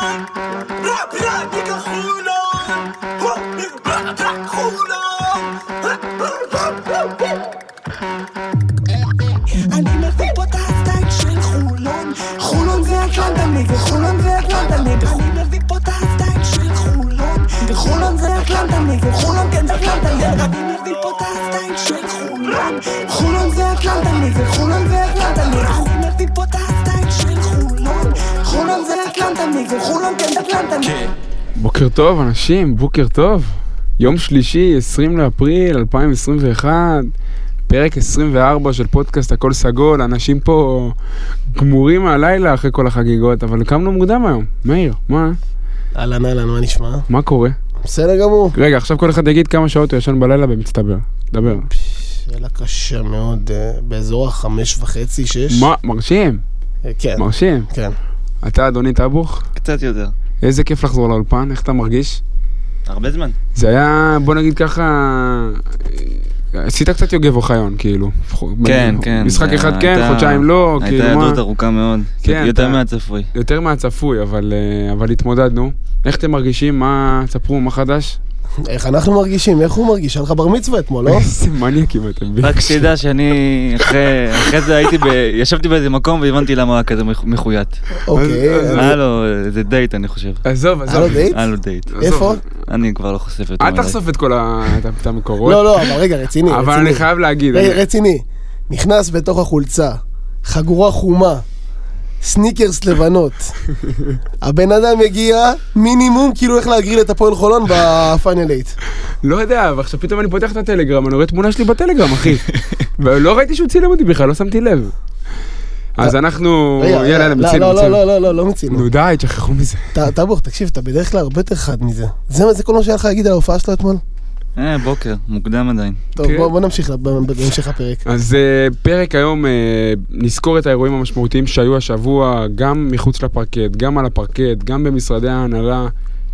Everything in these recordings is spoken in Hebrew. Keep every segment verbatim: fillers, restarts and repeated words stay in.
ראפ ראפ ניקה חולון ראפ ראפ חולון אני מביא פה את הסטייל של חולון חולון זה אטלנטה ניגה חולון זה אטלנטה ניגה אני מביא פה את הסטייל של חולון חולון זה אטלנטה ניגה חולון כן זה אטלנטה ניגה אני מביא פה את הסטייל של חולון חולון זה אטלנטה ניגה חולון זה אטלנטה ניגה אני מביא פה את הסטייל של חולון חולון זה אטלנטה ניגה חולון כן זה אטלנטה ניגה. בוקר טוב אנשים, בוקר טוב. יום שלישי, עשרים לאפריל אלפיים עשרים ואחת, פרק עשרים וארבע של פודקאסט הכל סגול. אנשים פה גמורים מהלילה אחרי כל החגיגות, אבל קמנו מוקדם היום. מאיר, מה? אהלן, אהלן, מה נשמע? מה קורה? בסדר גמור. רגע, עכשיו כל אחד יגיד כמה שעות הוא ישן בלילה במצטבר. דבר. שאלה קשה מאוד, באזור החמש וחצי, שש. מה? מרשים? כן. מרשים? כן. אתה אדוני טבוך? קצת יותר. איזה כיף לחזור לאולפן, איך אתה מרגיש? הרבה זמן. זה היה, בוא נגיד ככה, עשית קצת יוגב אוחיון, כאילו. כן, כן. משחק אחד כן, חודשיים לא, כאילו מה? הייתה ידות ארוכה מאוד. כן, יותר מהצפוי. יותר מהצפוי, אבל התמודדנו. איך אתם מרגישים? מה, תספרו, מה חדש? איך אנחנו מרגישים? איך הוא מרגיש? היה לך בר מצווה אתמול, לא? איזה מניאקים אתם. רק שתדע שאני, אחרי זה הייתי, ישבתי באיזה מקום והבנתי למה היה כזה מחויית. אוקיי. היה לו איזה דייט, אני חושב. עזוב, עזוב. היה לו דייט? היה לו דייט. איפה? אני כבר לא חושף את אל תחשוף את כל המקורות. לא, לא, אבל רגע, רציני. אבל אני חייב להגיד. רציני. נכנס בתוך החולצה, חגורה חומה, סניקרס לבנות. הבן אדם מגיע מינימום כאילו איך להגריל את הפועל חולון בפיינל אייט. לא יודע, ועכשיו פתאום אני פותח את הטלגרם, אני רואה תמונה שלי בטלגרם, אחי. ולא ראיתי שהוא צילם אותי בכלל, לא שמתי לב. אז אנחנו, יאללה, יאללה, מצינו, מצינו. לא, לא, לא, לא מצינו. נו די, תשכחו מזה. טבוך, תקשיב, אתה בדרך כלל הרבה יותר חד מזה. זה כל מה שהיה לך להגיד על ההופעה שלו אתמול? אה, בוקר, מוקדם עדיין. טוב, בוא נמשיך בהמשך הפרק. אז פרק היום נזכור את האירועים המשמעותיים שהיו השבוע, גם מחוץ לפרקט, גם על הפרקט, גם במשרדי ההנהלה,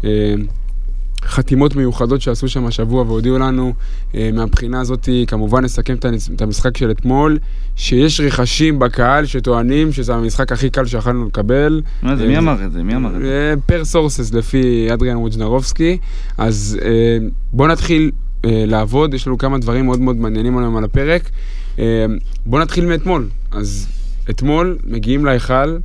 חתימות מיוחדות שעשו שם השבוע והודיעו לנו. מהבחינה הזאת כמובן נסכם את המשחק של אתמול, שיש רכשים בקהל שטוענים שזה המשחק הכי קל שיכולנו לקבל. מה זה? מי אמר את זה? מי אמר את זה? פר סורסס לפי אדריאן ווג'נרובסקי. אז בוא נתחיל לעבוד, יש לנו כמה דברים מאוד מאוד מעניינים עליהם על הפרק. בוא נתחיל מאתמול. אז אתמול מגיעים להיכל,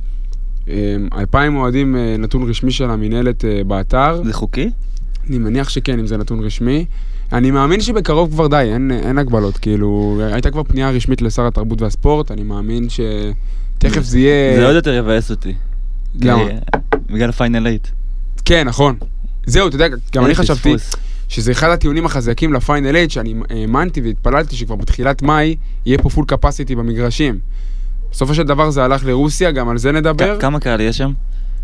אלפיים אוהדים, נתון רשמי של המנהלת באתר. זה חוקי? אני מניח שכן, אם זה נתון רשמי. אני מאמין שבקרוב כבר די, אין, אין הגבלות, כאילו, הייתה כבר פנייה רשמית לשר התרבות והספורט, אני מאמין שתכף זה יהיה... זה עוד יותר יבאס אותי. למה? בגלל הפיינל אייט. כן, נכון. זהו, אתה יודע, גם אני חשבתי שזה אחד הטיעונים החזקים לפיינל אייט, שאני האמנתי והתפללתי שכבר בתחילת מאי יהיה פה פול קפסיטי במגרשים. בסופו של דבר זה הלך לרוסיה, גם על זה נדבר. כמה קהל יש שם?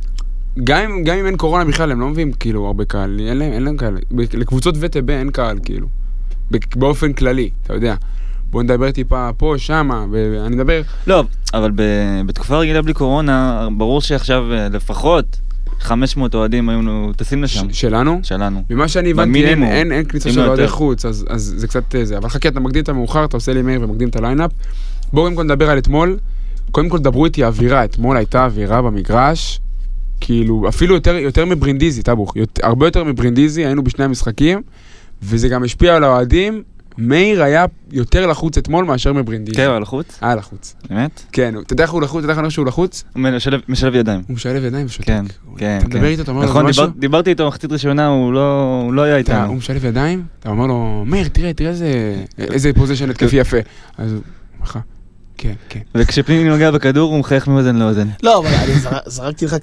גם, גם אם אין קורונה בכלל, הם לא מביאים כאילו הרבה קהל, אין להם, אין להם קהל. לקבוצות וטב אין קהל כאילו, באופן כללי, אתה יודע. בוא נדבר טיפה פה, שמה, ואני מדבר... לא, אבל בתקופה רגילה בלי קורונה, ברור שעכשיו לפחות חמש מאות אוהדים היו טסים לשם. שלנו? שלנו. ממה שאני הבנתי, אין, אין, אין כניסה של אוהדי חוץ, אז, אז זה קצת זה. אבל חכה, אתה מקדים את המאוחר, אתה עושה לי מהיר ומקדים את הליינאפ. בואו קודם כל נדבר על אתמול. קודם כל דברו איתי אווירה. אתמול הייתה אווירה במגרש. כאילו, אפילו יותר, יותר מברינדיזי, טבוך, יותר, הרבה יותר מברינדיזי, היינו בשני המשחקים, וזה גם השפיע על האוהדים. מאיר היה יותר לחוץ אתמול מאשר מברינדיזי. כן, היה לחוץ? היה לחוץ. באמת? כן, אתה יודע איך הוא לחוץ, אתה יודע איך שהוא לחוץ? הוא משלב ידיים. הוא משלב ידיים ושותק. כן, כן. אתה מדבר איתו, אתה אומר לו משהו? נכון, דיברתי איתו מחצית ראשונה, הוא לא היה איתנו. הוא משלב ידיים, אתה אומר לו, מאיר, תראה, תראה איזה פוזישן התקפי יפה. אז הוא, מחה. כן, כן. וכשפניני נוגע בכדור, הוא מחייך מאוזן לאוזן. לא, אבל אני זרקתי לך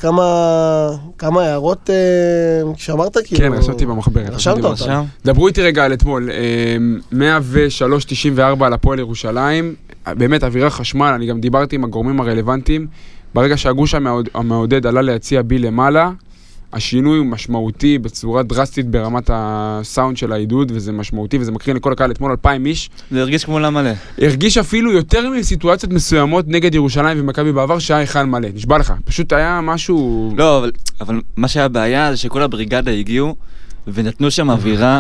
כמה הערות שאמרת, כאילו... כן, רשמתי במחברת. רשמת אותה. דברו איתי רגע על אתמול, מאה ושלוש תשעים וארבע על הפועל ירושלים, באמת אווירה חשמל, אני גם דיברתי עם הגורמים הרלוונטיים, ברגע שהגוש המעודד עלה להציע בי למעלה, השינוי הוא משמעותי בצורה דרסטית ברמת הסאונד של העידוד, וזה משמעותי, וזה מקרין לכל הקהל אתמול אלפיים איש. זה הרגיש כמו לא מלא. הרגיש אפילו יותר מסיטואציות מסוימות נגד ירושלים ומכבי בעבר, שהיה היכל מלא. נשבע לך. פשוט היה משהו... לא, אבל, אבל מה שהיה בעיה זה שכל הבריגדה הגיעו, ונתנו שם אווירה.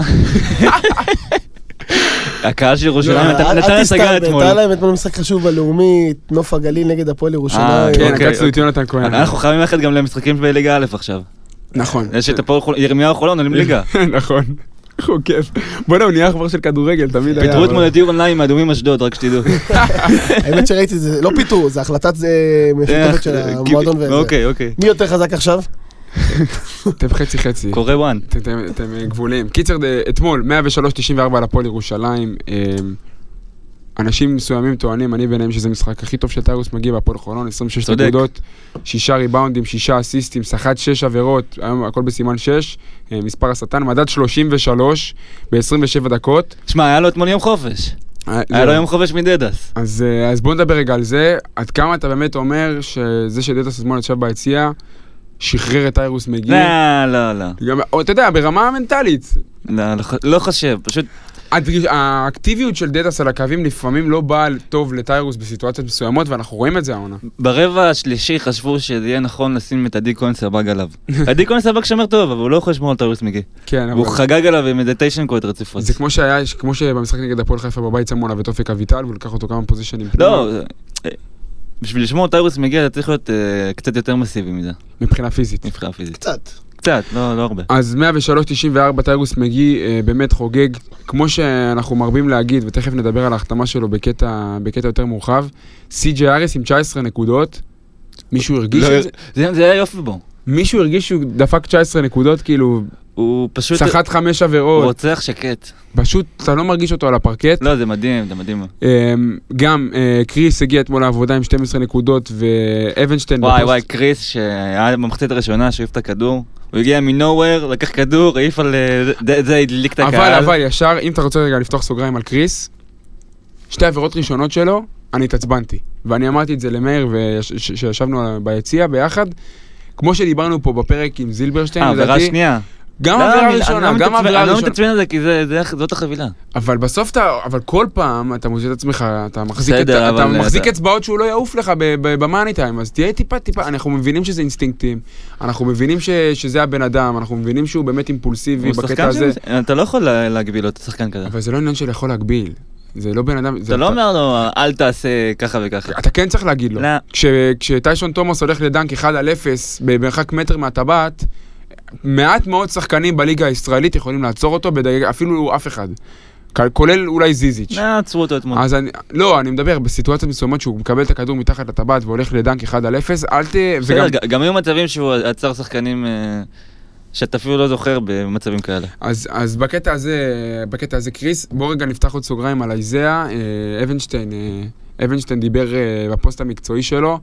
הקהל של ירושלים נתן השגה אתמול. הייתה להם אתמול משחק חשוב בלאומית, נוף הגליל נגד הפועל ירושלים. כן, הקצנו את יונתן כהן. אנחנו חייבים ללכת גם למשחקים בליגה א' עכשיו. נכון. יש את הפועל חולון, ירמיהו חולון, עולים ליגה. נכון. הוא כיף. בוא'נה, הוא נהיה כבר של כדורגל, תמיד היה. פיטרו את מולדתי אונליין מהאדומים אשדוד, רק שתדעו. האמת שראיתי, זה לא פיטור, זה החלטת משותפת של המועדון וזה. אוקיי, אוקיי. מי יותר חזק עכשיו? אתם חצי חצי. קורא וואן. אתם גבולים. קיצר, אתמול, מאה ושלוש תשעים וארבע לפועל ירושלים. אנשים מסוימים טוענים, אני ביניהם שזה משחק הכי טוב של טיירוס מגיע בהפועל חולון, עשרים ושש נקודות, שישה ריבאונדים, שישה אסיסטים, סחט שש עבירות, היום הכל בסימן שש, מספר השטן, מדד שלושים ושלוש ב-עשרים ושבע דקות. שמע, היה לו אתמול יום חופש. היה לו יום חופש מדדס. אז, אז בוא נדבר רגע על זה, עד כמה אתה באמת אומר שזה שדדס אתמול ישב ביציאה, שחרר את טיירוס מגיע. לא, לא, לא. גם, או, אתה יודע, ברמה המנטלית. לא, לא, לא חושב, פשוט... האקטיביות של דדס על הקווים לפעמים לא באה טוב לטיירוס בסיטואציות מסוימות, ואנחנו רואים את זה העונה. ברבע השלישי חשבו שזה יהיה נכון לשים את עדי כהן סבג עליו. עדי כהן סבג שמר טוב, אבל הוא לא יכול לשמור על טיירוס מגי. כן, אבל... הוא חגג עליו עם מדיטיישן קוד רציפות. זה כמו שהיה, כמו שבמשחק נגד הפועל חיפה בבית שמו עליו את אופק אביטל, והוא לקח אותו כמה פוזישנים. לא, בשביל לשמור טיירוס מגי, אתה צריך להיות קצת יותר מסיבי מזה. מבחינה פיזית. מבחינה פיזית. קצת. קצת, לא, לא הרבה. אז מאה ושלוש תשעים וארבע טיירוס מגי באמת חוגג, כמו שאנחנו מרבים להגיד, ותכף נדבר על ההחתמה שלו בקטע, בקטע יותר מורחב. סי.ג'יי אריס עם תשע עשרה נקודות, מישהו הרגיש לא, את זה? זה? זה היה יופי בו. מישהו הרגיש שהוא דפק תשע עשרה נקודות, כאילו... הוא פשוט... שחט חמש עבירות. הוא רוצח שקט. פשוט, אתה לא מרגיש אותו על הפרקט. לא, זה מדהים, זה מדהים. גם קריס הגיע אתמול לעבודה עם שתים עשרה נקודות, ואבנשטיין... וואי וואי, קריס שהיה במחצית הראשונה, שהעיף את הכדור. הוא הגיע מנוהוור, לקח כדור, העיף על... זה הדליק את הקהל. אבל, אבל, ישר, אם אתה רוצה רגע לפתוח סוגריים על קריס, שתי עבירות ראשונות שלו, אני התעצבנתי. ואני אמרתי את זה למאיר, שישבנו ביציאה ביחד, כמו שדיברנו פה בפרק עם זילברשטיין, אה, עבירה שנייה. גם עבירה ראשונה, גם עבירה ראשונה. אני לא מתעצבן על זה, כי זאת החבילה. אבל בסוף אתה, אבל כל פעם אתה מוזיל את עצמך, אתה מחזיק אצבעות שהוא לא יעוף לך במאני טיים, אז תהיה טיפה טיפה, אנחנו מבינים שזה אינסטינקטים, אנחנו מבינים שזה הבן אדם, אנחנו מבינים שהוא באמת אימפולסיבי בקטע הזה. אתה לא יכול להגביל לו את השחקן כזה. אבל זה לא עניין של יכול להגביל. זה לא בן אדם... אתה לא אומר לו, אל תעשה ככה וככה. אתה כן צריך להגיד לו. כשטיישון תומאס הולך לדנק אחד על אפס, במרחק מטר מהטבעת, מעט מאוד שחקנים בליגה הישראלית יכולים לעצור אותו, אפילו אף אחד. כולל אולי זיזיץ'. נעצרו אותו אתמול. אז אני... לא, אני מדבר, בסיטואציות מסוימות שהוא מקבל את הכדור מתחת לטבעת והולך לדנק אחד על אפס, אל ת... בסדר, גם היו מצבים שהוא עצר שחקנים... שאתה אפילו לא זוכר במצבים כאלה. אז, אז בקטע הזה, בקטע הזה, קריס, בוא רגע נפתח עוד סוגריים על איזאה. אבנשטיין, אבנשטיין דיבר בפוסט המקצועי שלו,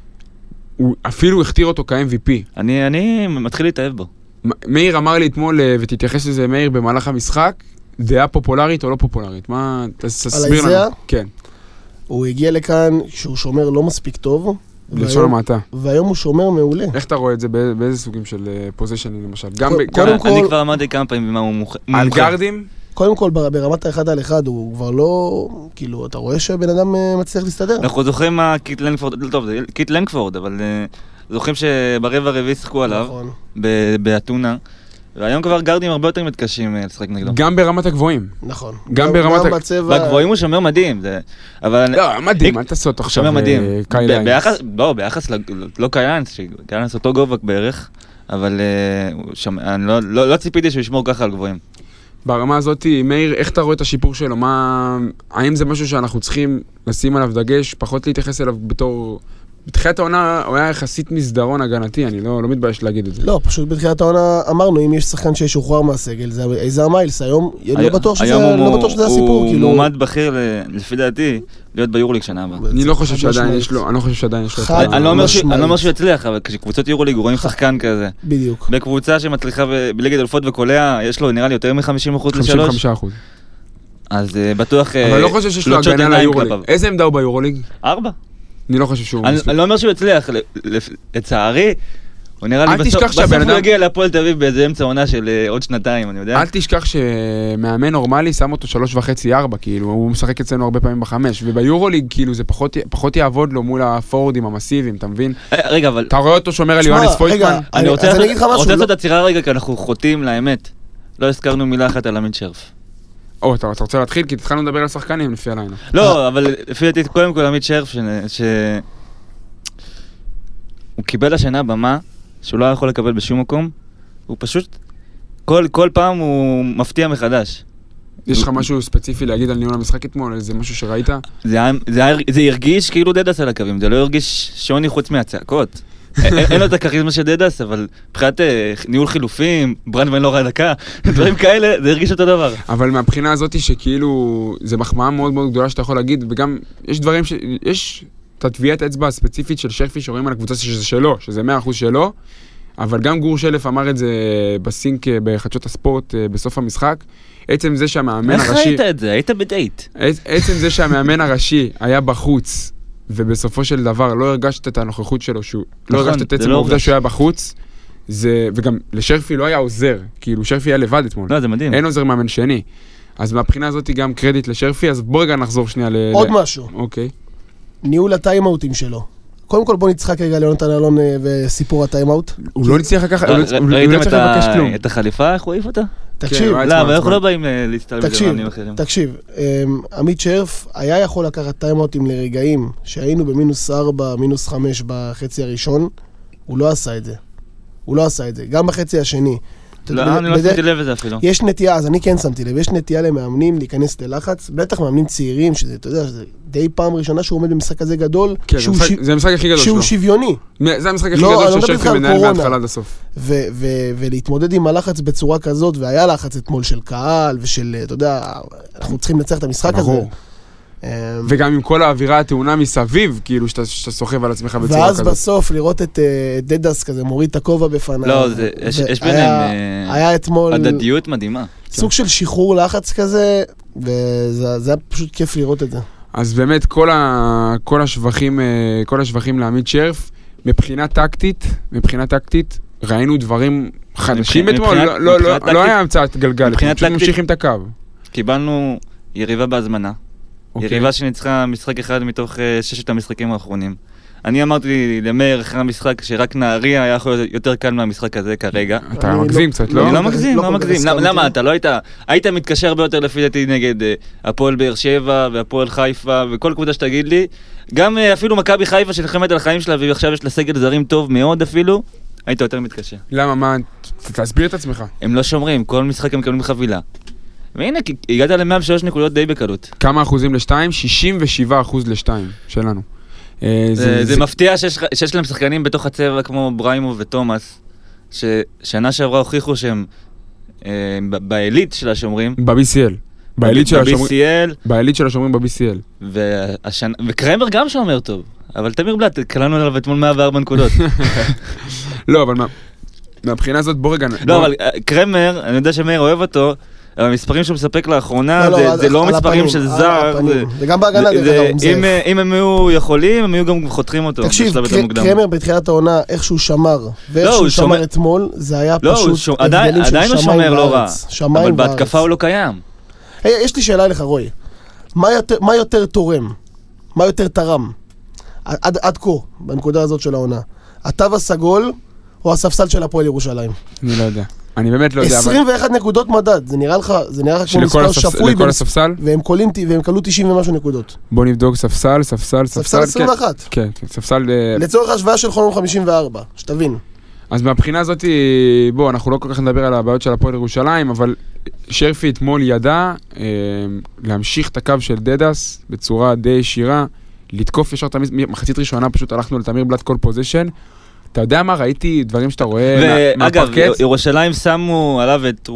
הוא אפילו הכתיר אותו כ-אם וי פי. אני, אני מתחיל להתאהב בו. מאיר אמר לי אתמול, ותתייחס לזה מאיר במהלך המשחק, דעה פופולרית או לא פופולרית? מה, תסביר לנו. על איזאה? כן. הוא הגיע לכאן שהוא שומר לא מספיק טוב, בלשון המעטה. והיום הוא שומר מעולה. איך אתה רואה את זה? באיזה סוגים של פוזישנים למשל? אני כבר אמרתי כמה פעמים במה הוא מומחה. על גארדים? קודם כל, ברמת האחד על אחד, הוא כבר לא... כאילו, אתה רואה שבן אדם מצליח להסתדר. אנחנו זוכרים מה קיט לנגפורד, טוב, זה קיט לנגפורד, אבל זוכרים שברבע הרביעי שחקו עליו, באתונה, והיום כבר גארדים הרבה יותר מתקשים לשחק נגדו. גם ברמת הגבוהים. נכון. גם ברמת... בגבוהים הוא שומר מדהים, אבל... לא, מדהים, אל תעשו אותו עכשיו. שומר מדהים. לא, ביחס, לא קיינס, קיינס אותו גובה בערך, אבל אני לא ציפיתי שהוא ישמור ככה על גבוהים. ברמה הזאת, מאיר, איך אתה רואה את השיפור שלו? מה... האם זה משהו שאנחנו צריכים לשים עליו דגש, פחות להתייחס אליו בתור... בתחילת העונה הוא היה יחסית מסדרון הגנתי, אני לא, לא מתבייש להגיד את זה. לא, פשוט בתחילת העונה אמרנו, אם יש שחקן שישוחרר מהסגל, זה איזה מיילס, היום לא בטוח שזה, לא בטוח שזה הסיפור. הוא מועמד בכיר, לפי דעתי, להיות ביורוליג שנה הבאה. אני לא חושב שעדיין יש לו, אני לא חושב שעדיין יש לו. אני לא אומר שהוא יצליח, אבל כשקבוצות יורוליג רואים שחקן כזה. בדיוק. בקבוצה שמצליחה בליגת אלופות וקולע, יש לו נראה לי יותר מ-חמישים אחוז לשלוש. חמישים וחמישה אחוז. אז בטוח... אבל לא חושב שיש לו הגנה ליורוליג. איזה עמדה הוא ביורוליג? ארבע. אני לא חושב שהוא... אני לא אומר שהוא יצליח, לצערי, הוא נראה לי בסוף הוא יגיע להפועל תל אביב באיזה אמצע עונה של עוד שנתיים, אני יודע. אל תשכח שמאמן נורמלי שם אותו שלוש וחצי ארבע, כאילו, הוא משחק אצלנו הרבה פעמים בחמש, וביורוליג, כאילו, זה פחות יעבוד לו מול הפורדים המסיביים, אתה מבין? רגע, אבל... אתה רואה אותו שומר על יואניס פויטמן? אני רוצה לעשות את הצירה רגע, כי אנחנו חוטאים לאמת. לא הזכרנו מילה אחת על עמית שרף. או, אתה רוצה להתחיל? כי תתחלנו לדבר על שחקנים לפי הלילה. לא, אבל לפי דעתי, קודם כל עמית שרף, ש... הוא קיבל השנה במה שהוא לא יכול לקבל בשום מקום, הוא פשוט, כל, כל פעם הוא מפתיע מחדש. יש לך משהו ספציפי להגיד על ניהול המשחק אתמול? זה משהו שראית? זה, זה, זה הרגיש כאילו דדס על הקווים, זה לא הרגיש שוני חוץ מהצעקות. אין, אין לו את הכריזמה של דדס, אבל מבחינת ניהול חילופים, ברנדמן לא ראה דקה, דברים כאלה, זה הרגיש אותו דבר. אבל מהבחינה הזאת שכאילו, זה מחמאה מאוד מאוד גדולה שאתה יכול להגיד, וגם יש דברים ש... יש את התביעת האצבע הספציפית של שרפי שרואים על הקבוצה שזה שלו, שזה מאה אחוז שלו, אבל גם גור שלף אמר את זה בסינק בחדשות הספורט בסוף המשחק, עצם זה שהמאמן הראשי... איך ראית את זה? היית בדייט. עצם זה שהמאמן הראשי היה בחוץ, ובסופו של דבר לא הרגשת את הנוכחות שלו, שהוא לא הרגשת את עצם העובדה שהוא היה בחוץ, זה, וגם לשרפי לא היה עוזר, כאילו שרפי היה לבד אתמול. לא, זה מדהים. אין עוזר מאמן שני. אז מהבחינה הזאת גם קרדיט לשרפי, אז בוא רגע נחזור שנייה ל... עוד משהו. אוקיי. ניהול הטיימאוטים שלו. קודם כל בוא נצחק רגע ליונתן אלון וסיפור הטיימאוט. הוא לא נצליח לקחת, הוא לא נצליח לבקש כלום. את החליפה, איך הוא העיף אותה? תקשיב. לא, אבל אנחנו לא באים להסתלם בגרמנים אחרים. תקשיב, עמית שרף היה יכול לקחת טיימאוטים לרגעים שהיינו במינוס ארבע, מינוס חמש בחצי הראשון, הוא לא עשה את זה. הוא לא עשה את זה. גם בחצי השני. לא, אני לא שמתי לב לזה אפילו. יש נטייה, אז אני כן שמתי לב, יש נטייה למאמנים להיכנס ללחץ, בטח מאמנים צעירים, שזה, אתה יודע, זה די פעם ראשונה שהוא עומד במשחק כזה גדול, כן, זה המשחק הכי גדול שלו. שהוא שוויוני. זה המשחק הכי גדול ששרפי מנהל מההתחלה עד הסוף. ולהתמודד עם הלחץ בצורה כזאת, והיה לחץ אתמול של קהל, ושל, אתה יודע, אנחנו צריכים לנצח את המשחק הזה. וגם עם כל האווירה הטעונה מסביב, כאילו שאתה סוחב על עצמך בצורה כזאת. ואז בסוף לראות את דדס כזה, מוריד את הכובע בפניו. לא, יש ביניהם היה אתמול הדדיות מדהימה. סוג של שחרור לחץ כזה, וזה היה פשוט כיף לראות את זה. אז באמת כל השבחים, כל השבחים לעמית שרף, מבחינה טקטית, מבחינה טקטית, ראינו דברים חדשים אתמול, לא היה המצאת גלגל, פשוט ממשיכים את הקו. קיבלנו יריבה בהזמנה. יריבה שניצחה משחק אחד מתוך ששת המשחקים האחרונים. אני אמרתי למאיר אחרי המשחק שרק נהריה היה יכול להיות יותר קל מהמשחק הזה כרגע. אתה מגזים קצת, לא? אני לא מגזים, לא מגזים. למה אתה לא היית? היית מתקשר ביותר לפי דעתי נגד הפועל באר שבע והפועל חיפה וכל קבוצה שתגיד לי. גם אפילו מכבי חיפה שנלחמת על החיים שלה ועכשיו יש לה סגל זרים טוב מאוד אפילו, היית יותר מתקשר. למה? מה? תסביר את עצמך. הם לא שומרים, כל משחק הם מקבלים חבילה. והנה, הגעת ל-מאה ושלוש נקודות די בקלות. כמה אחוזים לשתיים? שישים ושבעה אחוז לשתיים שלנו. זה מפתיע שיש להם שחקנים בתוך הצבע כמו בריימו ותומאס, ששנה שעברה הוכיחו שהם באליט של השומרים. ב-בי סי אל. באליט של השומרים ב-בי סי אל. וקרמר גם שומר טוב. אבל תמיר בלט, קלענו עליו אתמול מאה וארבע נקודות. לא, אבל מהבחינה הזאת בוא רגע... לא, אבל קרמר, אני יודע שמאיר אוהב אותו, המספרים שהוא מספק לאחרונה, זה לא מספרים של זר. וגם בהגנה דרך אגב הוא מזייף. אם הם היו יכולים, הם היו גם חותכים אותו. תקשיב, קרמר בתחילת העונה, איך שהוא שמר, ואיך שהוא שמר אתמול, זה היה פשוט... עדיין הוא שומר לא רע, אבל בהתקפה הוא לא קיים. יש לי שאלה לך, רוי. מה יותר תורם? מה יותר תרם? עד כה, בנקודה הזאת של העונה. התו הסגול או הספסל של הפועל ירושלים? אני לא יודע. אני באמת לא יודע. עשרים ואחת נקודות מדד, זה נראה לך, זה נראה לך כמו מספר שפוי. לכל הספסל? והם קולים, והם קלו תשעים ומשהו נקודות. בוא נבדוק ספסל, ספסל, ספסל. ספסל עשרים ואחת. כן, ספסל... לצורך השוואה של חולון חמישים וארבע, שתבין. אז מהבחינה הזאת, בוא, אנחנו לא כל כך נדבר על הבעיות של הפועל ירושלים, אבל שרפי אתמול ידע להמשיך את הקו של דדס בצורה די ישירה, לתקוף ישר תמיד, מחצית ראשונה פשוט הלכנו לתמיר בלט כל פוזיישן. אתה יודע מה? ראיתי דברים שאתה רואה מהפרקט. ואגב, ירושלים שמו עליו את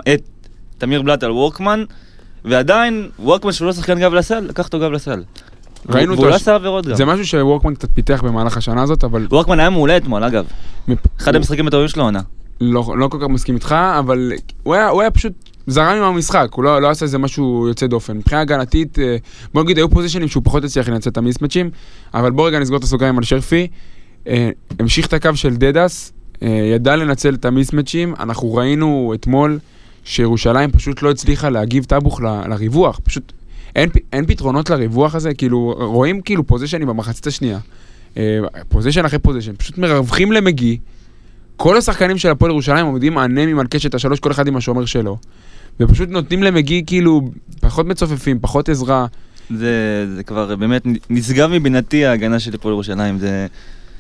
תמיר בלט על וורקמן, ועדיין וורקמן שהוא לא שחקן גב לסל, לקח אותו גב לסל. ראינו אותו. והוא לא עשה עבירות גם. זה משהו שוורקמן קצת פיתח במהלך השנה הזאת, אבל... וורקמן היה מעולה אתמול, אגב. אחד המשחקים הטובים שלו עונה. לא כל כך מסכים איתך, אבל הוא היה פשוט זרם עם המשחק, הוא לא עשה איזה משהו יוצא דופן. מבחינה הגנתית, בוא נגיד, היו פוזישנים שהוא פחות הצליח לנצל את המיסמצ'ים, אבל בוא רגע נסגור את הסוגריים על שרפי. המשיך את הקו של דדס, ידע לנצל את המיסמצ'ים, אנחנו ראינו אתמול שירושלים פשוט לא הצליחה להגיב טבוך לריווח, פשוט אין, אין פתרונות לריווח הזה, כאילו רואים כאילו פוזישנים במחצית השנייה, פוזישן אחרי פוזישן, פשוט מרווחים למגי, כל השחקנים של הפועל ירושלים עומדים מענם עם קשת השלוש, כל אחד עם השומר שלו, ופשוט נותנים למגי כאילו פחות מצופפים, פחות עזרה. זה, זה כבר באמת נשגב מבינתי ההגנה של הפועל ירושלים, זה...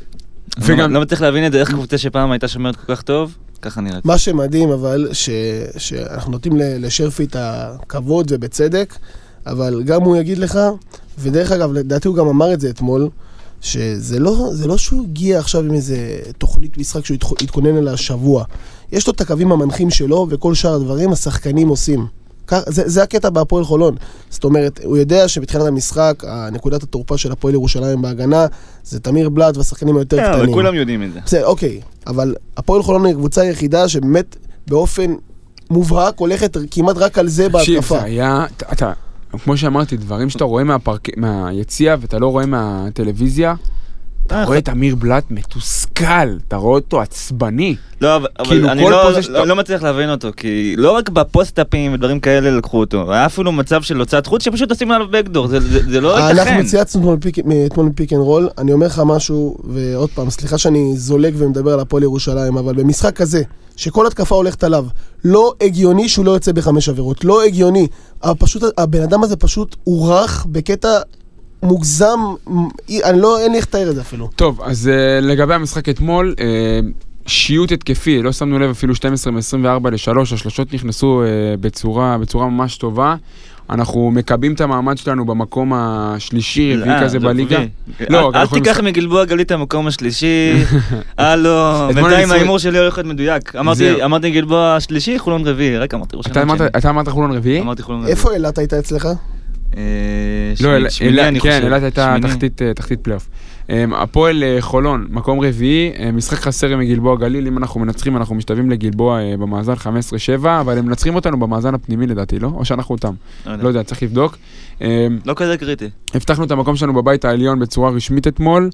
וגם... לא מצליח להבין את זה, איך קבוצה שפעם הייתה שומרת כל כך טוב, ככה נראית. מה שמדהים, אבל, שאנחנו נותנים לשרפי את הכבוד ובצדק, אבל גם הוא יגיד לך, ודרך אגב, לדעתי הוא גם אמר את זה אתמול, שזה לא, זה לא שהוא הגיע עכשיו עם איזה תוכנית משחק שהוא התכונן אליה שבוע. יש לו את הקווים המנחים שלו, וכל שאר הדברים השחקנים עושים. זה, זה הקטע בהפועל חולון. זאת אומרת, הוא יודע שבתחילת המשחק, הנקודת התורפה של הפועל ירושלים בהגנה, זה תמיר בלאט והשחקנים היותר yeah, קטנים. וכולם יודעים את זה. בסדר, אוקיי. אבל הפועל חולון היא קבוצה היחידה שבאמת באופן מובהק הולכת כמעט רק על זה בהתקפה. זה היה, אתה, כמו שאמרתי, דברים שאתה רואה מהפרק, מהיציאה ואתה לא רואה מהטלוויזיה, אתה רואה את אמיר בלאט מתוסכל, אתה רואה אותו עצבני. לא, אבל אני לא מצליח להבין אותו, כי לא רק בפוסט-אפים ודברים כאלה לקחו אותו, היה אפילו מצב של הוצאת חוץ שפשוט עושים עליו בקדור, זה לא ייתכן. אנחנו צייצנו אתמול מפיק אנד רול, אני אומר לך משהו, ועוד פעם, סליחה שאני זולג ומדבר על הפועל ירושלים, אבל במשחק כזה, שכל התקפה הולכת עליו, לא הגיוני שהוא לא יוצא בחמש עבירות, לא הגיוני. פשוט, הבן אדם הזה פשוט הורח בקטע מוגזם, אני לא, אין לי איך לתאר את זה אפילו. טוב, אז uh, לגבי המשחק אתמול, uh, שיעוט התקפי, לא שמנו לב אפילו שתים עשרה מ-עשרים וארבע לשלוש, השלושות נכנסו uh, בצורה, בצורה ממש טובה. אנחנו מקבים את המעמד שלנו במקום השלישי, רביעי כזה בליגה. לא, אל תיקח מגלבוע גלית המקום השלישי, הלו, בינתיים האימור שלי הולך להיות מדויק. אמרתי גלבוע השלישי, חולון רביעי, רק אמרתי ראשון. אתה אמרת חולון רביעי? אמרתי חולון רביעי. איפה אילת הייתה אצלך? לא, כן, אילת הייתה תחתית פלייאוף. הפועל חולון, מקום רביעי, משחק חסר עם גלבוע גליל, אם אנחנו מנצחים, אנחנו משתווים לגלבוע במאזן חמש עשרה שבע, אבל הם מנצחים אותנו במאזן הפנימי לדעתי, לא? או שאנחנו אותם. לא יודע, צריך לבדוק. לא כזה קריטי. הבטחנו את המקום שלנו בבית העליון בצורה רשמית אתמול.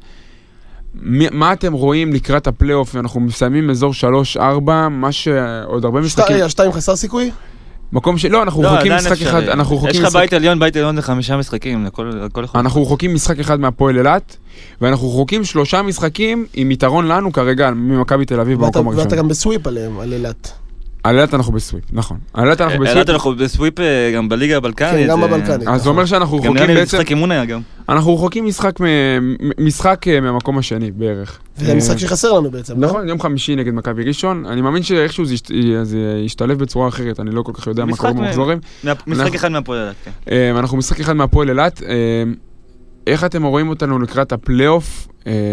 מה אתם רואים לקראת הפלייאוף? אנחנו מסיימים אזור שלוש ארבע, מה שעוד הרבה משחקים... שתיים חסר סיכוי? מקום ש... לא, אנחנו רחוקים משחק אחד, אנחנו רחוקים משחק... יש לך בית עליון, בית עליון זה חמישה משחקים, לכל, לכל אחד. אנחנו רחוקים משחק אחד מהפועל אילת, ואנחנו רחוקים שלושה משחקים עם יתרון לנו כרגע ממכבי תל אביב במקום הראשון. ואתה גם בסוויפ עליהם, על אילת. על אילת אנחנו בסוויפ, נכון. על אילת אנחנו בסוויפ. אילת אנחנו בסוויפ גם בליגה הבלקנית. כן, גם בבלקנית. אז זה אומר שאנחנו רחוקים בעצם... גם נראה לי משחק אימון היה גם. אנחנו רחוקים משחק משחק מהמקום השני בערך. וזה משחק שחסר לנו בעצם, לא? נכון, יום חמישי נגד מכבי ראשון. אני מאמין שאיכשהו זה ישתלב בצורה אחרת, אני לא כל כך יודע מה קורה במחזורים. משחק אחד מהפועל אילת, כן. אנחנו משחק אחד מהפועל אילת. איך אתם רואים אותנו לקראת הפלייאוף?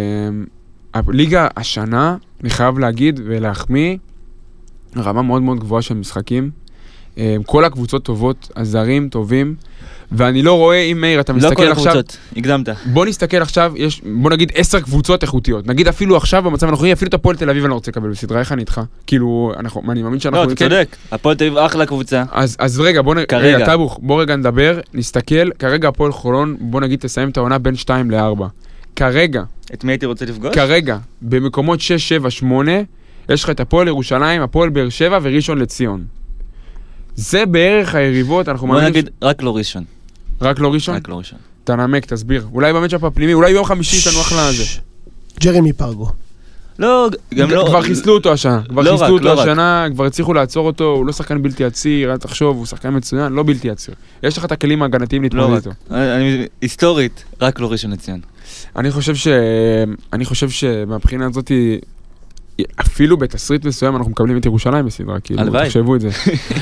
הליגה השנה, אני חייב להגיד ולהחמיא, רמה מאוד מאוד גבוהה של משחקים. כל הקבוצות טובות, הזרים טובים, ואני לא רואה, אם מאיר, אתה מסתכל עכשיו... לא כל הקבוצות, הקדמת. בוא נסתכל עכשיו, יש, בוא נגיד עשר קבוצות איכותיות. נגיד אפילו עכשיו במצב הנוכחי, אפילו את הפועל תל אביב אני לא רוצה לקבל בסדרה, איך אני איתך? כאילו, אנחנו, אני מאמין שאנחנו... לא, אתה צודק, הפועל תל אביב אחלה קבוצה. אז, אז רגע, בוא נגיד, רגע, טאבוך, בוא רגע נדבר, נסתכל, כרגע הפועל חולון, בוא נגיד תסיים את העונה בין שתיים לארבע. כרגע... את מי הייתי רוצה לפגוש? כרגע, במקומות שש, שבע, שמונה, יש לך את הפועל ירושלים, הפועל באר שבע וראשון לציון. זה בערך היריבות, אנחנו בוא נגיד, רק לא ראשון. רק לא ראשון? רק לא ראשון. תנמק, תסביר. אולי במצ'אפ הפנימי, אולי ביום חמישי יש לנו אחלה הזה. ג'רמי פרגו. לא, גם לא... כבר חיסלו אותו השנה. כבר חיסלו אותו השנה, כבר הצליחו לעצור אותו, הוא לא שחקן בלתי עציר, אל תחשוב, הוא שחקן מצוין, לא בלתי עציר. יש לך את הכלים ההגנתיים להתמודד איתו. היסטורית, רק לא ראשון לציון. אני חושב ש... אני חושב שמהבחינה הזאת אפילו בתסריט מסוים אנחנו מקבלים את ירושלים בסדרה, כאילו, תחשבו את זה.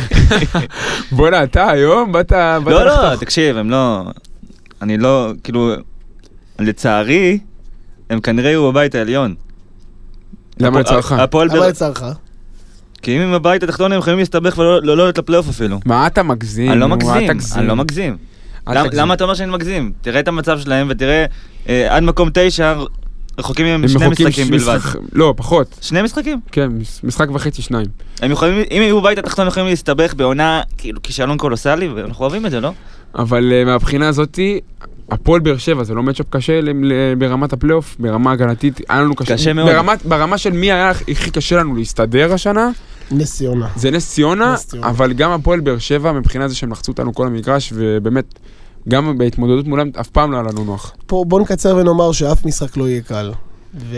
בוא'נה, אתה היום באת... לא, לא, תקשיב, הם לא... אני לא, כאילו, לצערי, הם כנראה יהיו בבית העליון. למה לצערך? למה לצערך? כי אם הם בבית התחתון הם יכולים להסתבך ולא להיות לפלייאוף אפילו. מה אתה מגזים? אני לא מגזים, אני לא מגזים. למה אתה אומר שאני מגזים? תראה את המצב שלהם ותראה עד מקום תשע... רחוקים עם שני משחקים בלבד. לא, פחות. שני משחקים? כן, משחק וחצי, שניים. הם יכולים, אם יהיו בית התחתון, יכולים להסתבך בעונה, כאילו, כישלון קולוסלי, ואנחנו אוהבים את זה, לא? אבל מהבחינה הזאת, הפועל באר שבע, זה לא מצ'אפ קשה ברמת הפלייאוף, ברמה הגנתית, היה לנו קשה. קשה מאוד. ברמה של מי היה הכי קשה לנו להסתדר השנה. נס ציונה. זה נס ציונה, אבל גם הפועל באר שבע, מבחינה זה שהם לחצו אותנו כל המגרש, ובאמת, גם בהתמודדות מולם, אף פעם לא היה לנו נוח. פה, בוא נקצר ונאמר שאף משחק לא יהיה קל. ו...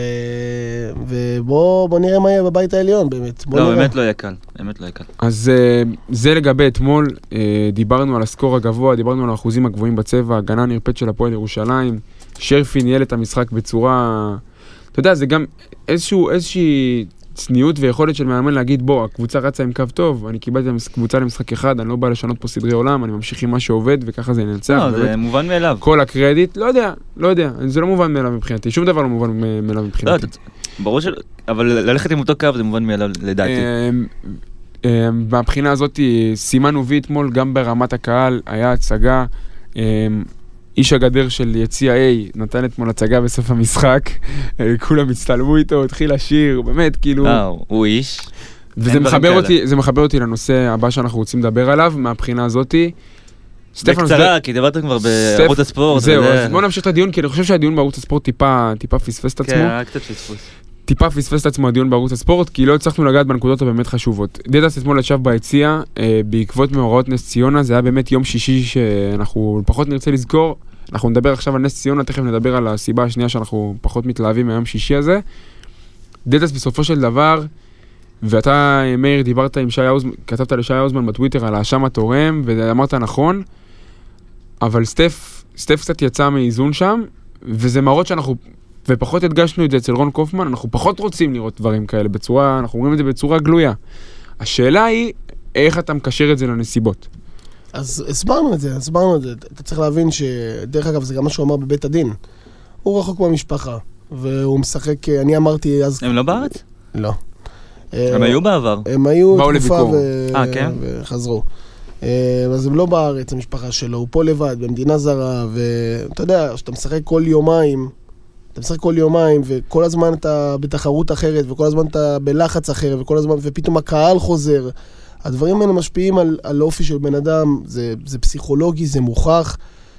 ובוא בוא נראה מה יהיה בבית העליון, באמת. לא, נראה. באמת לא יהיה קל. באמת לא יהיה קל. אז זה לגבי אתמול, דיברנו על הסקור הגבוה, דיברנו על האחוזים הגבוהים בצבע, הגנה נרפאת של הפועל ירושלים, שרפי ניהל את המשחק בצורה, אתה יודע, זה גם איזשהו, איזושהי צניעות ויכולת של מאמן להגיד, בוא, הקבוצה רצה עם קו טוב, אני קיבלתי קבוצה למשחק אחד, אני לא בא לשנות פה סדרי עולם, אני ממשיך עם מה שעובד, וככה זה ינצח. לא, זה מובן מאליו. כל הקרדיט, לא יודע, לא יודע, זה לא מובן מאליו מבחינתי, שום דבר לא מובן מאליו מבחינתי. ברור של... אבל ללכת עם אותו קו זה מובן מאליו לדעתי. מהבחינה הזאת, סימנו וי אתמול, גם ברמת הקהל, היה הצגה, איש הגדר של יציע A נתן אתמול הצגה בסוף המשחק, כולם הצטלמו איתו, התחיל לשיר, באמת, כאילו... אה, הוא איש. וזה מחבר אותי, זה מחבר אותי לנושא הבא שאנחנו רוצים לדבר עליו, מהבחינה הזאת. בקצרה, כי דיברתם כבר בערוץ הספורט. זהו, אז בואו נמשיך את הדיון, כי אני חושב שהדיון בערוץ הספורט טיפה פספס את עצמו. כן, היה קצת פספוס. טיפה פספס את עצמו הדיון בערוץ הספורט, כי לא הצלחנו לגעת בנקודות הבאמת חשובות. דדס אתמול ישב ביציע, בעקבות מאורעות נס ציונה, זה היה באמת יום שישי שאנחנו פחות נרצה לזכור. אנחנו נדבר עכשיו על נס ציונה, תכף נדבר על הסיבה השנייה שאנחנו פחות מתלהבים מהיום שישי הזה. דדס בסופו של דבר, ואתה, מאיר, דיברת עם שי אוזמן, כתבת לשי אוזמן בטוויטר על האשם התורם, ואמרת נכון, אבל סטף, סטף קצת יצא מאיזון שם, וזה מראות שאנחנו, ופחות הדגשנו את זה אצל רון קופמן, אנחנו פחות רוצים לראות דברים כאלה בצורה, אנחנו רואים את זה בצורה גלויה. השאלה היא, איך אתה מקשר את זה לנסיבות? אז הסברנו את זה, הסברנו את זה. אתה צריך להבין שדרך אגב, זה גם מה שהוא אמר בבית הדין. הוא רחוק מהמשפחה, והוא משחק, אני אמרתי אז... הם לא בארץ? לא. הם היו בעבר? הם היו תקופה וחזרו. אז הם לא בארץ, המשפחה שלו, הוא פה לבד, במדינה זרה, ואתה יודע, שאתה משחק כל יומיים, אתה משחק כל יומיים, וכל הזמן אתה בתחרות אחרת, וכל הזמן אתה בלחץ אחר, וכל הזמן, ופתאום הקהל חוזר. הדברים האלה משפיעים על, על אופי של בן אדם, זה, זה פסיכולוגי, זה מוכח,